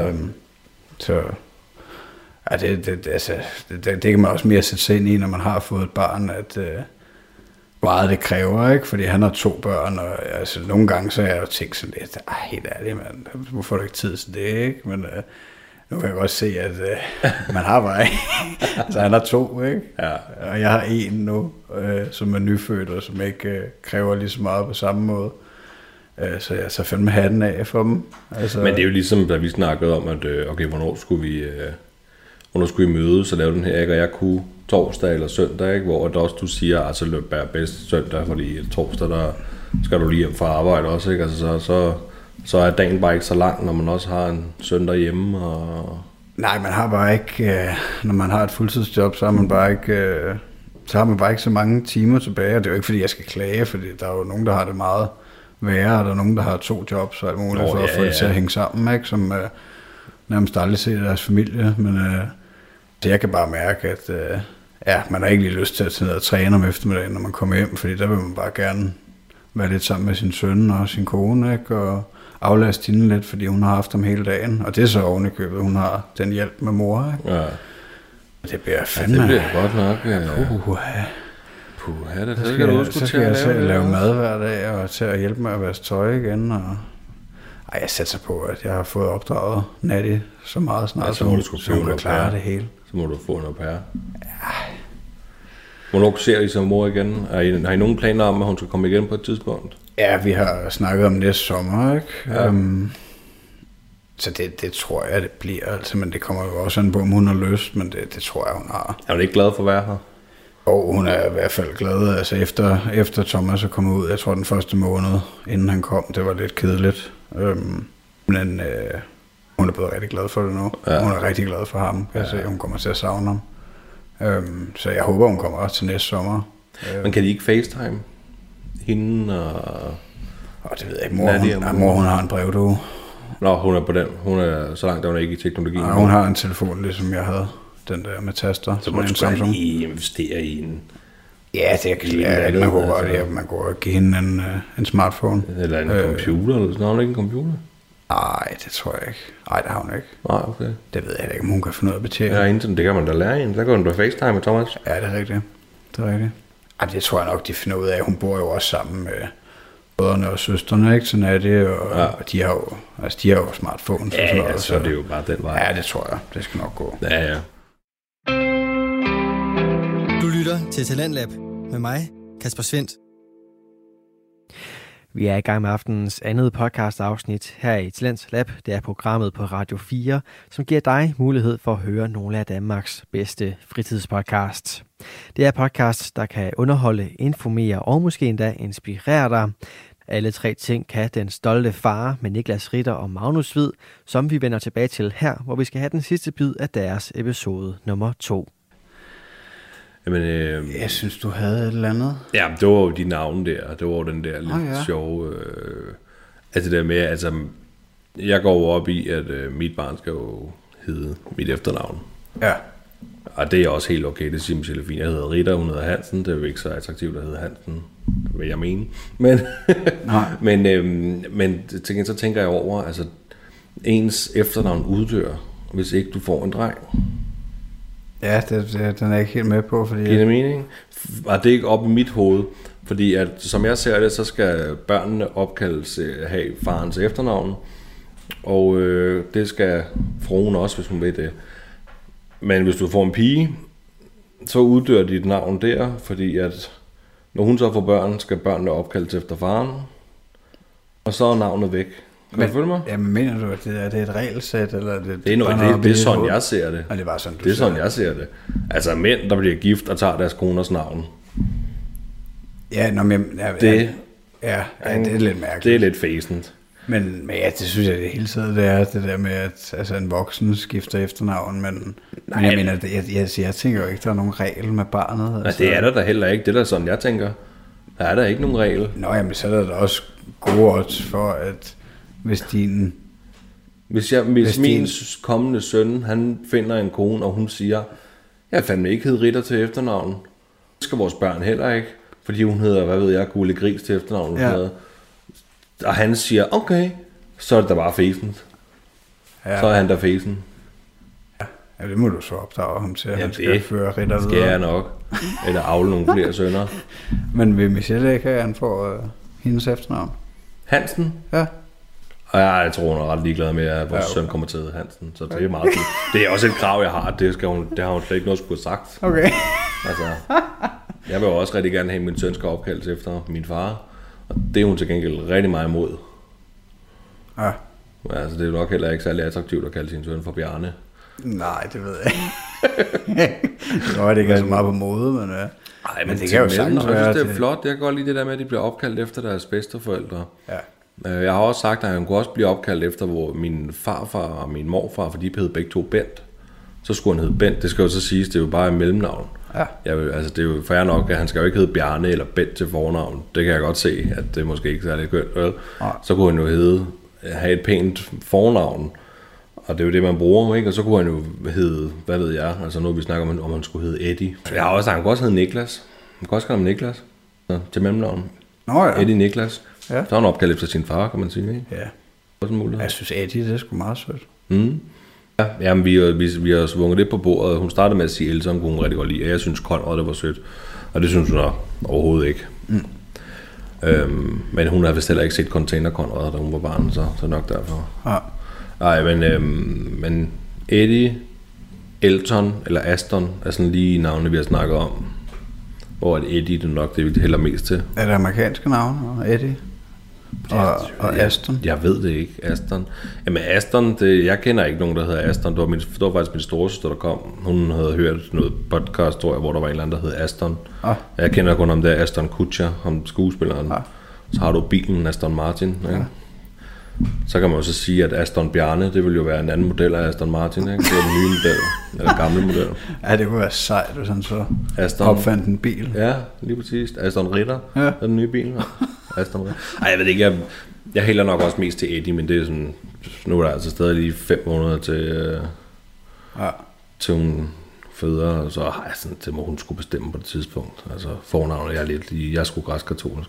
så ja, det kan man også mere sætte sig ind i, når man har fået et barn, at meget det kræver, ikke? Fordi han har 2 børn, og altså, nogle gange så er jeg jo tænkt sådan lidt, helt ærligt, mand, hvorfor får du ikke tid til det, ikke? Men nu kan jeg godt se, at man har bare ikke. Så han har 2, ikke? Ja. Og jeg har 1 nu, som er nyfødt, og som ikke kræver lige så meget på samme måde. Så jeg tager fandme hatten af for dem. Altså... Men det er jo ligesom, da vi snakkede om, at okay, hvornår skulle vi mødes og lave den her, ikke? Og jeg kunne torsdag eller søndag, ikke? Hvor også du siger, altså løb er bedst søndag, fordi torsdag, der skal du lige hjem fra arbejde også, ikke? Altså så så er dagen bare ikke så lang, når man også har en søn derhjemme. Og... Nej, man har bare ikke, når man har et fuldtidsjob, så har man bare ikke, så mange timer tilbage. Og det er jo ikke, fordi jeg skal klage, fordi der er jo nogen, der har det meget værre, og der er nogen, der har 2 jobs og alt muligt, for at få det til at hænge sammen, ikke? Som nærmest aldrig ser deres familie. Men det jeg kan bare mærke, at man har ikke lige lyst til at tage ned og træne om eftermiddagen, når man kommer hjem, fordi der vil man bare gerne være lidt sammen med sin søn og sin kone, ikke? Og aflaste hende lidt, fordi hun har haft ham hele dagen. Og det er så oven i købet, hun har den hjælp med mor, ikke? Ja. Det bliver fandme... Ja, det bliver godt nok. Puha, det skal du også til at lave mad hver dag, og til at hjælpe med at vaske tøj igen. Og... Ej, jeg satser på, at jeg har fået opdraget Natty så meget snart, så hun kan klare det hele. Så må du få en au pair. Ja. Hvornår ser I som mor igen? Har I nogen planer om, at hun skal komme igen på et tidspunkt? Ja, vi har snakket om næste sommer, ikke? Ja. Så det tror jeg, det bliver. Altså, men det kommer jo også an på, om hun har lyst, men det tror jeg, hun har. Er hun ikke glad for at være her? Og hun er i hvert fald glad. Altså efter Thomas er kommet ud, jeg tror den første måned, inden han kom, det var lidt kedeligt. Men hun er blevet rigtig glad for det nu. Ja. Hun er rigtig glad for ham. Jeg se, hun kommer til at savne ham. Så jeg håber, hun kommer også til næste sommer. Men kan de ikke FaceTime? Hende og... det ved jeg ikke. Mor, hun har en brevdue. Nå, hun er på den. Hun er så langt, der hun er ikke i teknologien. Nej, hun har en telefon, ligesom jeg havde. Den der med taster. Så må du sgu lige investere i en... Ja, det er man kunne godt. Man kunne give hende en smartphone. Eller en computer, eller sådan noget. Ikke en computer? Nej, det tror jeg ikke. Nej, det har hun ikke. Nej, okay. Det ved jeg ikke, om hun kan finde ud af at betjene. Ja, internet, det kan man da lære en. Der går hun på FaceTime med Thomas. Ja, det er rigtigt. Ej, det tror jeg nok, de finder ud af. Hun bor jo også sammen med brødrene og søsterne, ikke? Sådan er det, og de har jo smartphones. Ja, og sådan noget, så det er jo bare den vej. Ja, det tror jeg. Det skal nok gå. Ja. Du lytter til Talentlab med mig, Kasper Svendt. Vi er i gang med aftenens andet podcast-afsnit her i Talents Lab. Det er programmet på Radio 4, som giver dig mulighed for at høre nogle af Danmarks bedste fritidspodcasts. Det er podcasts, der kan underholde, informere og måske endda inspirere dig. Alle 3 ting kan den stolte far med Niklas Ritter og Magnus Hvid, som vi vender tilbage til her, hvor vi skal have den sidste bid af deres episode nummer 2. Jamen, jeg synes, du havde et eller andet. Ja, det var jo de navne der. Det var jo den der lidt sjove... altså det der med, altså... Jeg går jo op i, at mit barn skal jo hedde mit efternavn. Ja. Og det er også helt okay. Det siger Michelle fint. Jeg hedder Ritter, hun hedder Hansen. Det er jo ikke så attraktivt at hedde Hansen, vil jeg mene. Men, men så tænker jeg over, altså... Ens efternavn uddør, hvis ikke du får en dreng. Ja, den er ikke helt med på, fordi... Giver det mening? Og det er ikke op i mit hoved, fordi at, som jeg ser det, så skal børnene opkaldes have farens efternavn, og det skal fruen også, hvis hun ved det. Men hvis du får en pige, så uddør dit navn der, fordi at når hun så får børn, skal børnene opkaldes efter faren, og så er navnet væk. Kan du følge mig? Jamen, mener du, at det er et regelsæt? Eller det er sådan, jeg ser det. Og det er bare sådan, det er sådan, jeg ser det. Altså mænd, der bliver gift og tager deres koners navn. Ja, men... det er lidt mærkeligt. Det er lidt fæsent. Men ja, det synes jeg det hele tiden, det er det der med, at altså, en voksen skifter efternavn, men jeg mener, jeg tænker jo ikke, der er nogen regel med barnet. Altså. Nej, det er der da heller ikke. Det er da sådan, jeg tænker. Der er der ikke nogen regel. Nå, jamen, så er der da også gode odds for, at hvis min kommende søn, han finder en kone, og hun siger, jeg fandme ikke hed Ritter til efternavn. Det skal vores børn heller ikke, fordi hun hedder, hvad ved jeg, Gule Gris til efternavn. Ja. Og han siger, okay, så er det da bare fæsent. Ja. Så er han der fæsen. Ja, det må du så opdrage ham til, at han skal føre Ritter videre. Det skal jeg nok. Eller avle nogle flere sønner. Men vil Michelle ikke have, at han får hendes efternavn? Hansen? Ja. Og jeg tror, hun er ret ligeglad med, at vores søn kommer til Hansen. Så det er meget fint. Det er også et krav, jeg har. Det har hun slet ikke noget skulle have sagt. Okay. Altså, jeg vil også rigtig gerne have, at min søn skal opkaldes efter min far. Og det er hun til gengæld rigtig meget imod. Ja. Altså, det er nok heller ikke særlig attraktivt at kalde sin søn for Bjarne. Nej, det ved jeg ikke. Nå, det ikke er så meget på mode, men... Nej, men det kan jo sagtens være. Jeg synes, det er flot. Jeg kan godt lide det der med, at de bliver opkaldt efter deres bedsteforældre. Ja. Jeg har også sagt, at han kunne også blive opkaldt efter, hvor min farfar og min morfar, for de hed begge to Bent. Så skulle han hedde Bent. Det skal jo så siges, det er jo bare et mellemnavn. Ja. Altså, det er jo fair nok, at han skal jo ikke hedde Bjarne eller Bent til fornavn. Det kan jeg godt se, at det måske ikke er særlig kønt. Så kunne han jo have et pænt fornavn. Og det er jo det, man bruger, ikke? Og så kunne han jo hedde, hvad ved jeg, altså nu vi snakker om han skulle hedde Eddie. Han kunne også hedde Niklas. Han kunne også kalde ham Niklas. Til mellemnavn. Eddie Niklas. Ja. Så er han opkaldt efter sin far, kan man sige, ikke? Ja. Også en mulighed. Jeg synes, Eddie, det er sgu meget sødt. Ja, jamen, vi har svunget det på bordet. Hun startede med at sige Elton, kunne hun rigtig godt lide. Og jeg synes Conrad, det var sødt. Og det synes hun overhovedet ikke. Men hun har vist heller ikke set Container Conrad, da hun var barn, så nok derfor. Ja. Nej, men Eddie, Elton eller Aston er sådan lige navne, vi har snakket om. Hvor Eddie, det er nok det, vi hælder mest til. Er det amerikanske navne, Eddie? Og Aston? Jeg ved det ikke, Aston. Jamen Aston, jeg kender ikke nogen, der hedder Aston. Det var faktisk min storesøster, der kom. Hun havde hørt noget podcast, tror jeg, hvor der var en eller anden, der hed Aston. Jeg kender kun om det Aston Kutcher, om skuespilleren. Så har du bilen Aston Martin. Ikke? Så kan man jo så sige, at Aston Bjarne, det vil jo være en anden model af Aston Martin, ikke? Det er den nye model, eller gamle model. Ja, det kunne være sejt, hvis han så opfandt en bil. Ja, lige præcis. Aston Ritter er den nye bil. Aston Ritter. Ej, jeg ved ikke, jeg hælder nok også mest til Eddie, men det er sådan, nu er der altså stadig lige 5 måneder til hun føder, og så sådan, det må hun skulle bestemme på det tidspunkt. Altså fornavnet, jeg er sgu græskatolsk.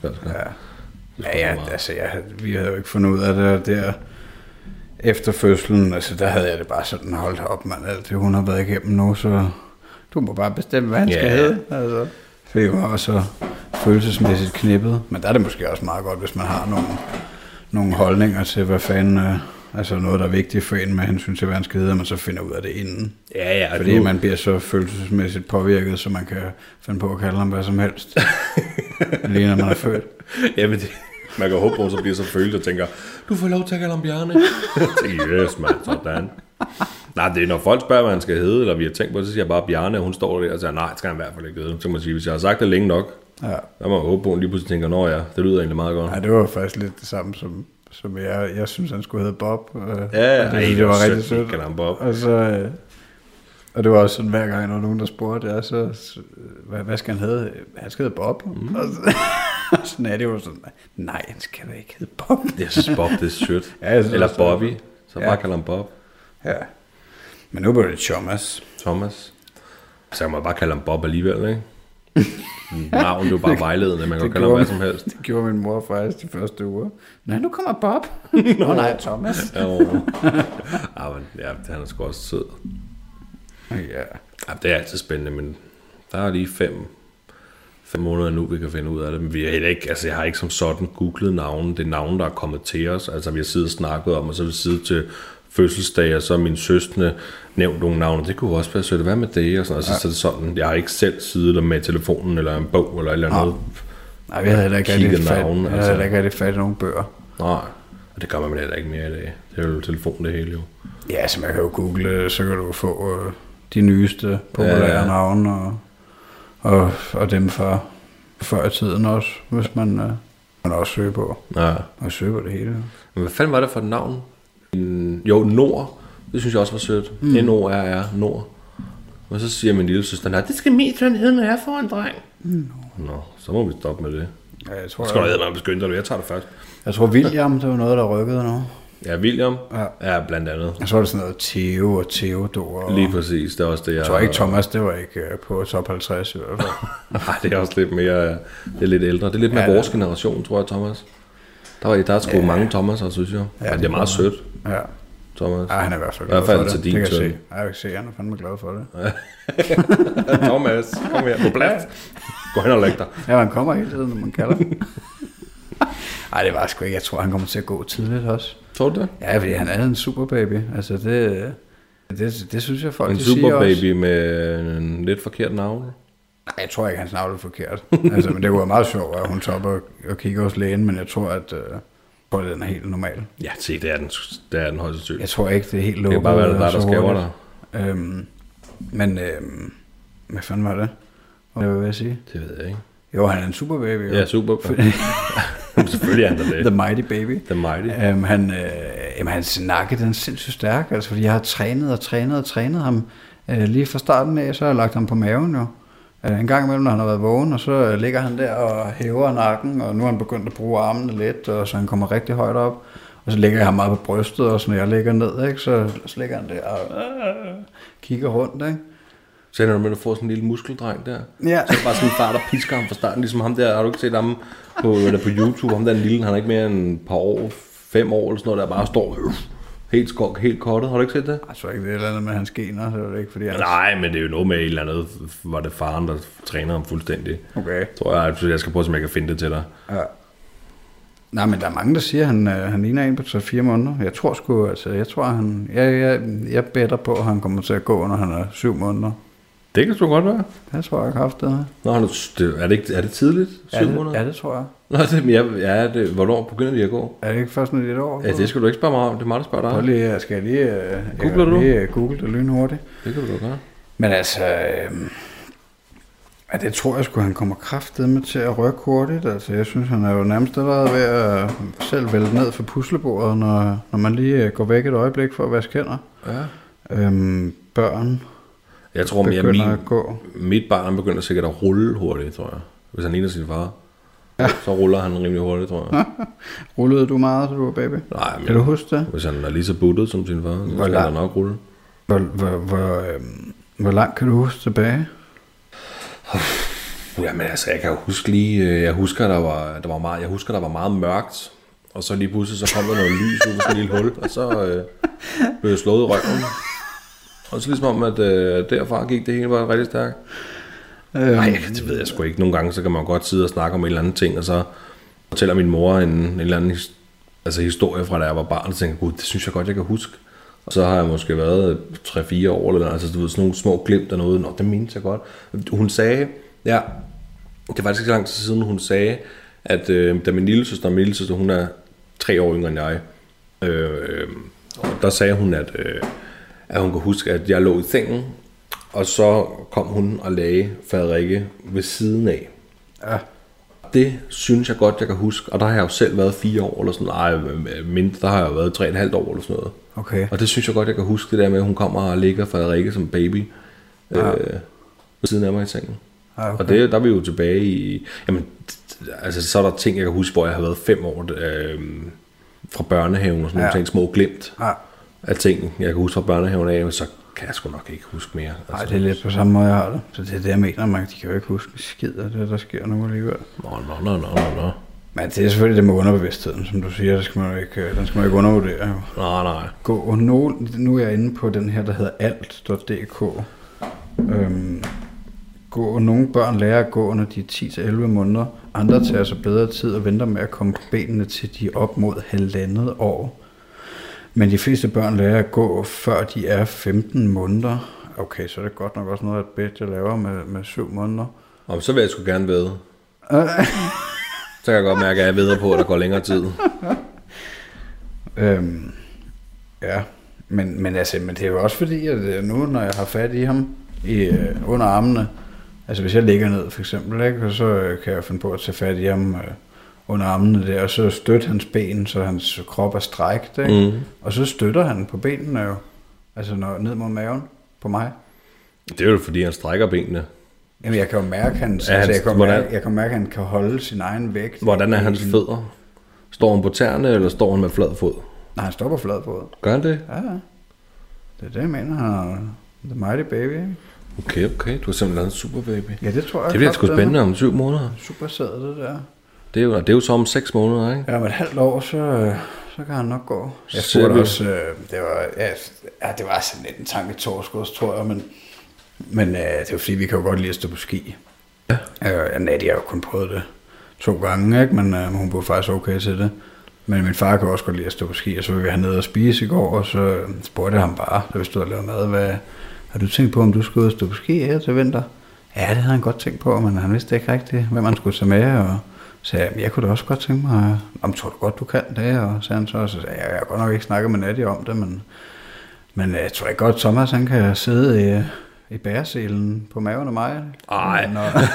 Vi havde jo ikke fundet ud af det der efter fødslen, altså der havde jeg det bare sådan, holdt op, mand, alt det hun har været igennem nu, så du må bare bestemme, hvad han skal hedde, altså. For det var også følelsesmæssigt knippet, men der er det måske også meget godt, hvis man har nogle holdninger til, hvad fanden, altså noget, der er vigtigt for en med hensyn til, hvad han skal hedde, og man så finder ud af det inden. Fordi man bliver så følelsesmæssigt påvirket, så man kan finde på at kalde ham hvad som helst, lige når man er født. Ja, men man kan håbe på, at så bliver så følt og tænker, du får lov til at kalde ham Bjarne. Yes, man, sådan. Nej, det er når folk spørger, hvad han skal hedde, eller vi har tænkt på, så siger jeg bare Bjarne, og hun står der og siger, nej, det skal han i hvert fald ikke hedde. Så må man sige, hvis jeg har sagt det længe nok, så må man håbe på, at hun lige pludselig tænker, nå ja, det lyder egentlig meget godt. Nej, det var faktisk lidt det samme, som jeg synes, han skulle hedde Bob. Det var rigtig sødt. Kalder ham Bob. Og det var også sådan, hver gang der var nogen, der spurgte, så hvad skal han hedde? Han skal hedde Bob. Og sådan er det jo sådan, nej, han skal da ikke hedde Bob. Jeg synes Bob, det er sødt. Eller Bobby, så bare kalder ham Bob. Ja, men nu bliver det Thomas. Så jeg må bare kalde ham Bob alligevel, ikke? Navn, det er jo bare vejledende, man kan kalde ham hvad som helst. Det gjorde min mor faktisk de første uger. Nej, nu kommer Bob. Nej, Thomas. Han er sgu også sød. Ja, det er altid spændende, men der er lige 5 måneder nu, vi kan finde ud af det. Men vi er heller ikke, altså jeg har ikke som sådan googlet navne. Det er navne, der er kommet til os. Altså vi har siddet og snakket om, og så har vi siddet til fødselsdag, og så har min søstre nævnt nogle navne. Det kunne også være sødt. Hvad med det? Og sådan. Altså, så er det sådan, jeg har ikke selv siddet med telefonen, eller en bog, eller et eller andet. Nej, vi havde heller ikke rigtig fat i nogle bøger. Nej, og det gør man heller ikke mere i dag. Det er jo telefonen det hele jo. Ja, så man kan jo google, så kan du få de nyeste populære navne, og dem fra før i tiden også, hvis man også søger på. Ja. Og søger på det hele. Men hvad fanden var det for et navn? Jo, Nord. Det synes jeg også var sødt. N-O-R-R, Nord. Og så siger min lille søster, nej, det skal min søn hedde, når jeg får en dreng. Nå, så må vi stoppe med det. Ja, jeg tror, skal du hedde noget beskyndte, jeg tager det først. Jeg tror William, det var noget, der rykkede nu. Ja, William er blandt andet. Og så var det sådan noget Theo og Theodor. Lige præcis, det er også det, jeg tror ikke Thomas, det var ikke på top 50 i hvert fald. Nej, det er også lidt mere, det er lidt ældre. Det er lidt mere vores generation, tror jeg, Thomas. Der er sgu mange Thomaser, synes jeg. Ja, det er meget sødt. Ja. Thomas. Ja, han er i hvert fald glad for det. Til din det kan jeg se. Jeg kan se, han er fandme glad for det. Thomas, kom her på plads. Gå hen og læg dig. Ja, han kommer hele tiden, når man kalder. Ej, det var sgu ikke. Jeg tror, han kommer til at gå tidligt også. Tror du det? Ja, fordi han er en superbaby. Altså, det synes jeg, folk en superbaby med en lidt forkert navn? Nej, jeg tror ikke, hans navn er forkert. Altså, men det var meget sjovt, at hun topper og kigger hos lægen, men jeg tror, at den er helt normal. Ja, se, det er den højst sandsynligt. Jeg tror ikke, det er helt lukket. Det kan bare være, der skæver der. Men hvad fanden var det? Hvad vil jeg sige? Det ved jeg ikke. Jo, han er en superbaby. Ja, superbaby. Selvfølgelig er han da det. The Mighty Baby. The Mighty. Hans nakke, den er sindssygt stærk, altså, fordi jeg har trænet ham lige fra starten af, så har jeg lagt ham på maven jo. En gang imellem, når han har været vågen, og så ligger han der og hæver nakken, og nu har han begyndt at bruge armene lidt, og så han kommer rigtig højt op. Og så ligger jeg ham meget på brystet, og så når jeg ligger ned, ikke, så ligger han der og kigger rundt, ikke? Så når man får sådan en lille muskeldreng der, ja. Så er det bare sådan en far, der pisker ham fra starten, ligesom ham der. Har du ikke set ham på YouTube? Ham der en lille, han er ikke mere end et par år, 5 år eller sådan noget, der bare står helt kortet. Har du ikke set det? Jeg tror ikke, det er et eller andet med hans gener, så er det ikke fordi han... Nej, men det er jo noget med et eller andet, var det faren, der træner ham fuldstændig. Okay. Tror jeg skal prøve, om jeg kan finde det til dig. Ja. Nej, men der er mange, der siger, at han ligner en på 3-4 måneder. Jeg tror sgu, altså, jeg better på, at han kommer til at gå, når han er 7 måneder. Det kan sgu godt være. Det tror jeg, haft det. Nå, er det tidligt? 7 måneder? Ja, det tror jeg. Nå, hvornår begynder de at gå? Er det ikke først, når de er et år? Ja, det skal du ikke spørge mig om. Det er mig, der spørger dig. Skal jeg lige... Googler du? Lige google det lynhurtigt. Det kan du da gøre. Men altså... det tror jeg sgu, han kommer kraftedeme til at rykke hurtigt. Altså, jeg synes, han er jo nærmest allerede ved at selv vælge ned for puslebordet, når man lige går væk et øjeblik for at vaske hænder. Ja. Børn jeg tror mere, mit barn begynder sikkert at rulle hurtigt, tror jeg. Hvis han ligner sin far, så ruller han rimelig hurtigt, tror jeg. Rullede du meget, da du var baby? Nej, men kan du huske det? Hvis han er lige så buttet som sin far, så skal han nok rulle. Hvor langt kan du huske tilbage? Jamen altså, jeg kan jo huske lige, jeg husker, der var meget mørkt, og så lige pludselig, så kom der noget lys ud af sådan en lille hul, og så blev jeg slået i røven. Og så ligesom om, at derfra gik det hele bare rigtig stærkt. Nej, det ved jeg sgu ikke. Nogle gange, så kan man godt sidde og snakke om en eller anden ting, og så fortæller min mor en eller anden historie fra, da jeg var barn, og tænker, gud, det synes jeg godt, jeg kan huske. Og så har jeg måske været 3-4 år, eller altså du ved, sådan nogle små glimt af noget. Nå, det mindes jeg godt. Hun sagde, ja, det var faktisk ikke lang tid siden, hun sagde, at da min lillesøster, hun er 3 år yngre end jeg, og der sagde hun, at hun kunne huske, at jeg lå i sengen, og så kom hun og lagde Frederikke ved siden af. Ja. Det synes jeg godt, jeg kan huske, og der har jeg jo selv været 4 år, eller sådan mindre, der har jeg jo været 3,5 år, eller sådan noget. Okay. Og det synes jeg godt, jeg kan huske, det der med, at hun kommer og ligger Frederikke som baby ved siden af mig i sengen. Ja, okay. Og det, der er vi jo tilbage i, jamen, altså så er der ting, jeg kan huske, hvor jeg har været 5 år fra børnehaven, og sådan nogle ting, små glimt af ting, jeg kan huske fra børnehaven af, så kan jeg sgu nok ikke huske mere. Nej, det er lidt på samme måde, jeg har det. Så det er det, jeg mener, man, de kan jo ikke huske skid af det, der sker nu alligevel. Nå. Men det er selvfølgelig det med underbevidstheden, som du siger, den skal man jo ikke undervurdere. Nej. Nu er jeg inde på den her, der hedder alt.dk. Nogle børn lærer at gå, når de er 10-11 måneder. Andre tager sig bedre tid og venter med at komme på benene, til de er op mod 1,5 år. Men de fleste børn lærer at gå, før de er 15 måneder. Okay, så er det godt nok også noget, at bedre jeg laver med 7 måneder. Og så vil jeg sgu gerne vide. Så kan jeg godt mærke, at jeg ved på, at der går længere tid. Ja, men det er jo også fordi, at nu, når jeg har fat i ham under armene, altså hvis jeg ligger ned for eksempel, ikke, så kan jeg finde på at tage fat i ham under armene der, og så støtte hans ben, så hans krop er strækt, ikke? Og så støtter han på benene jo, altså ned mod maven på mig. Det er jo fordi, han strækker benene. Jamen jeg kan jo mærke, jeg kan mærke, at han kan holde sin egen vægt. Hvordan er hans fødder? Står han på tæerne, eller står han med flad fod? Nej, han står på flad fod. Gør han det? Ja. Det er det, jeg mener. Han er the mighty baby, ikke? Okay. Du har simpelthen en super baby. Ja, det tror jeg. Det bliver sgu spændende om 7 måneder. Super sæd, det der. Det er jo så om 6 måneder, ikke? Ja, om et halvt år, så kan han nok gå. Jeg spurgte også, det var sådan lidt en tanke torskås, tror jeg, men det er jo fordi, vi kan jo godt lide at stå på ski. Ja. Nadia har jo kun prøvet det 2 gange, ikke? Men hun blev faktisk okay til det. Men min far kan også godt lide at stå på ski, og så vil vi have ned og spise i går, og så spurgte jeg ham bare, da vi stod og lavede mad, har du tænkt på, om du skulle ud og stå på ski her til vinter? Ja, det havde han godt tænkt på, men han vidste ikke rigtigt, hvem han skulle tage med, og så sagde jeg kunne da også godt tænke mig, om tror du godt, du kan det? Og så han så sagde jeg har godt nok ikke snakket med Nadia om det, men jeg tror ikke godt, Thomas han kan sidde i bæreselen på maven af mig. Ej.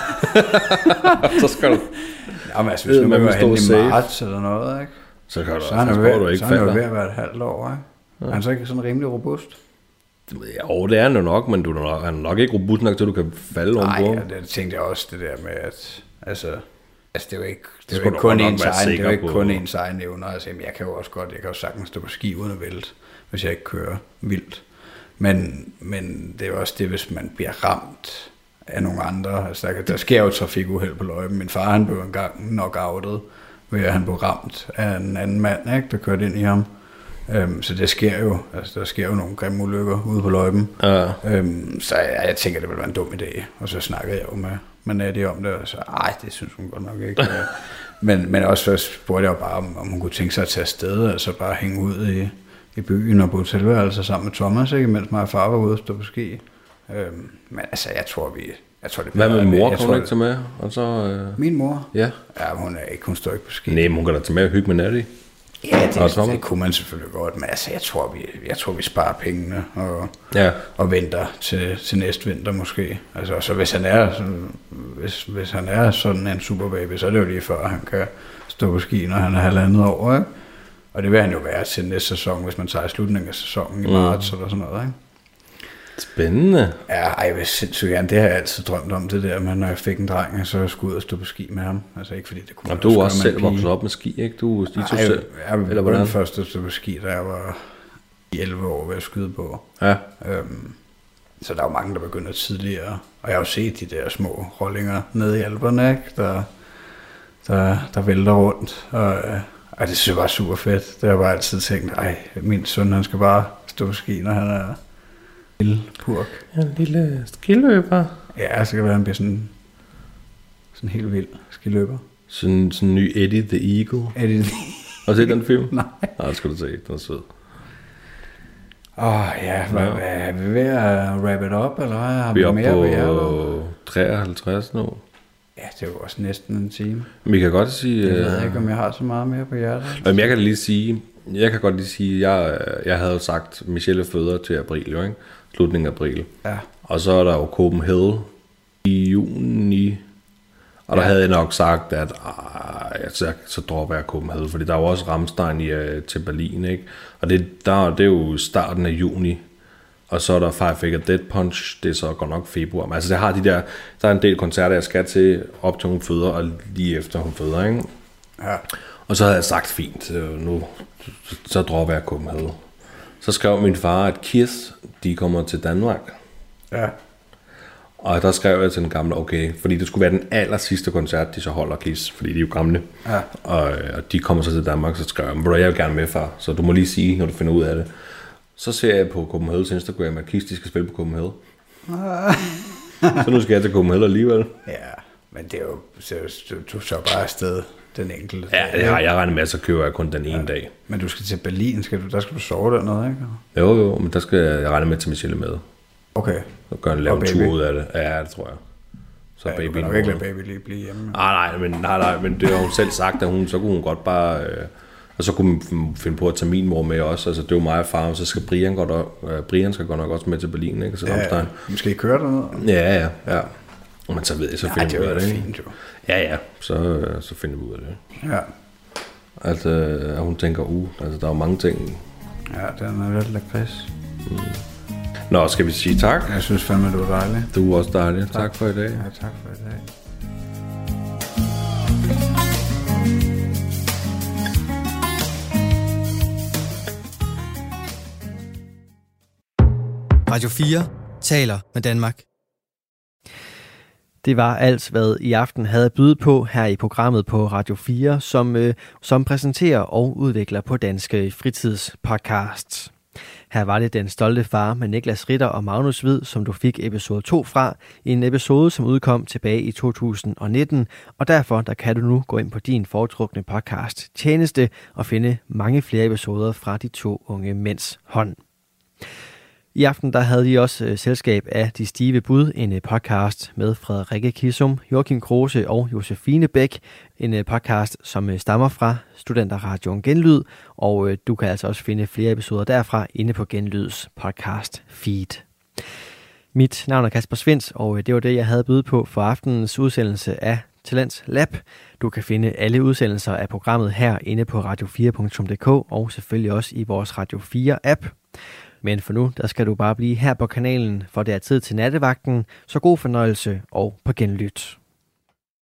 Så skal du... Jamen altså, hvis nu man var hen i marts eller noget, ikke? Så kan du så er han jo ved at være et halvt år, ikke? Ja. Er han så ikke sådan rimelig robust? Jo, det er han jo nok, men du er nok ikke robust nok til, du kan falde ovenpå. Nej, det tænkte jeg også, det der med, at... Altså, det er jo ikke, kun ens egen evner. Altså, jeg kan jo også godt, jeg kan jo sagtens stå på ski uden at vælte, hvis jeg ikke kører vildt. Men det er jo også det, hvis man bliver ramt af nogle andre. Altså, der sker jo trafikuheld på løjpen. Min far, han blev engang knockoutet, ved at han blev ramt af en anden mand, ikke, der kørte ind i ham. Så det sker jo, altså der sker jo nogle grimme ulykker ude på løjpen. Ja. Så jeg tænker, det ville være en dum idé. Og så snakkede jeg jo med Natty om det, og så det synes hun godt nok ikke. men også så spurgte jeg jo bare, om hun kunne tænke sig at tage afsted, altså bare hænge ud i byen og på hotelværelser sammen med Thomas, ikke, mens mig og far var ude og stå på ski. Men altså, jeg tror det. Hvad med mor, kan hun ikke tage med? Og så, Min mor? Ja. Ja, hun står ikke på ski. Nej, men hun kan da tage med og hygge med Natty. Ja, det kunne man selvfølgelig godt, men altså, jeg tror vi sparer pengene og venter til næste vinter måske. Altså, så hvis han er sådan en superbaby, så er det jo lige før, han kan stå på ski, når han er 1,5 år, ikke? Og det vil han jo være til næste sæson, hvis man tager slutningen af sæsonen i marts eller sådan noget, ikke? Spændende. Ja, jeg vil sindssygt gerne. Det har jeg altid drømt om, det der, men når jeg fik en dreng, så skulle jeg ud og stå på ski med ham. Altså ikke fordi det kunne. Og du er også selv vokset op med ski, ikke? Du tog selv. Jeg var den første at stå på ski, da jeg var 11 år ved at skyde på. Ja. Så der er jo mange, der begynder tidligere. Og jeg har jo set de der små rollinger nede i Alperne, ikke? Der vælter rundt. Og det synes jeg var super fedt. Det har jeg bare altid tænkt, min søn, han skal bare stå på ski, når han er lille purk. Ja, en lille skiløber. Ja, så kan det, han bliver sådan helt vild skiløber. Sådan en ny Eddie the Eagle. Har du set den film? Nej. Nej, det skal du se. Den er sød. Er vi ved at wrap it up, eller har vi mere på 53 nu. Ja, det er jo også næsten en time. Men vi kan godt sige... Jeg ved ikke, om jeg har så meget mere på hjertet. Men jeg kan godt lige sige, jeg havde sagt, Michelle føder til april, jo, ikke? Slutningen af april. Ja. Og så er der jo Copenhagen i juni. Og der havde jeg nok sagt, at så dropper jeg Copenhagen, fordi der er jo også Rammstein til Berlin, ikke? Og det er jo starten af juni. Og så er der Five Finger Death Punch, det er så godt nok februar. Men altså der er en del koncerter, jeg skal til, op til hun føder, og lige efter hun føder, ikke? Ja. Og så havde jeg sagt, fint, nu så dropper jeg Copenhagen. Så skrev min far, at Kiss, de kommer til Danmark. Ja. Og der skrev jeg til den gamle, okay, fordi det skulle være den aller sidste koncert, de så holder Kiss, fordi de er jo gamle. Ja. Og de kommer så til Danmark, så skrev jeg vil gerne med, far, så du må lige sige, når du finder ud af det. Så ser jeg på Copenhagen's Instagram, at Kiss, de skal spille på Copenhagen. Så nu skal jeg til Copenhagen alligevel. Ja, men det er jo, du så bare afsted den enkelte. Ja, jeg regner med, at så køber jeg kun den ene dag. Men du skal til Berlin, der skal du sove dernede, ikke? Jo, men der skal jeg regne med til Michelle med. Okay. Så gør en lave en tur ud af det. Ja, det tror jeg. Så baby, du kan nok ikke lade baby lige blive hjemme. Nej, men det har hun selv sagt, at så kunne hun godt bare... og så kunne man finde på at tage min mor med også. Altså, det er jo mig og far, så skal Brian skal godt nok også med til Berlin, ikke? Så ja. Måske I køre dernede? Ja. Men så ved jeg, så finder vi ud af det. Fint, jo. Ja, så finder vi ud af det. Ja. Altså, hun tænker, altså, der er jo mange ting. Ja, den er lidt lakrids. Nå, skal vi sige tak? Jeg synes fandme, du er dejlig. Du er også dejlig. Tak for i dag. Ja, tak for i dag. Radio 4 taler med Danmark. Det var alt, hvad i aften havde at byde på her i programmet på Radio 4, som præsenterer og udvikler på danske fritidspodcasts. Her var det Den Stolte Far med Niklas Ritter og Magnus Hvid, som du fik episode 2 fra. En episode, som udkom tilbage i 2019, og derfor der kan du nu gå ind på din foretrukne podcast tjeneste og finde mange flere episoder fra de to unge mænds hånd. I aften der havde de også selskab af De Stive Bud, en podcast med Frederikke Kissum, Joachim Kruse og Josefine Bæk. En podcast, som stammer fra Studenterradioen Genlyd, og du kan altså også finde flere episoder derfra inde på Genlyds podcast feed. Mit navn er Kasper Svinds, og det var det, jeg havde at byde på for aftenens udsendelse af Talents Lab. Du kan finde alle udsendelser af programmet her inde på radio4.dk og selvfølgelig også i vores Radio 4-app. Men for nu, der skal du bare blive her på kanalen, for det er tid til nattevagten, så god fornøjelse og på genlyt.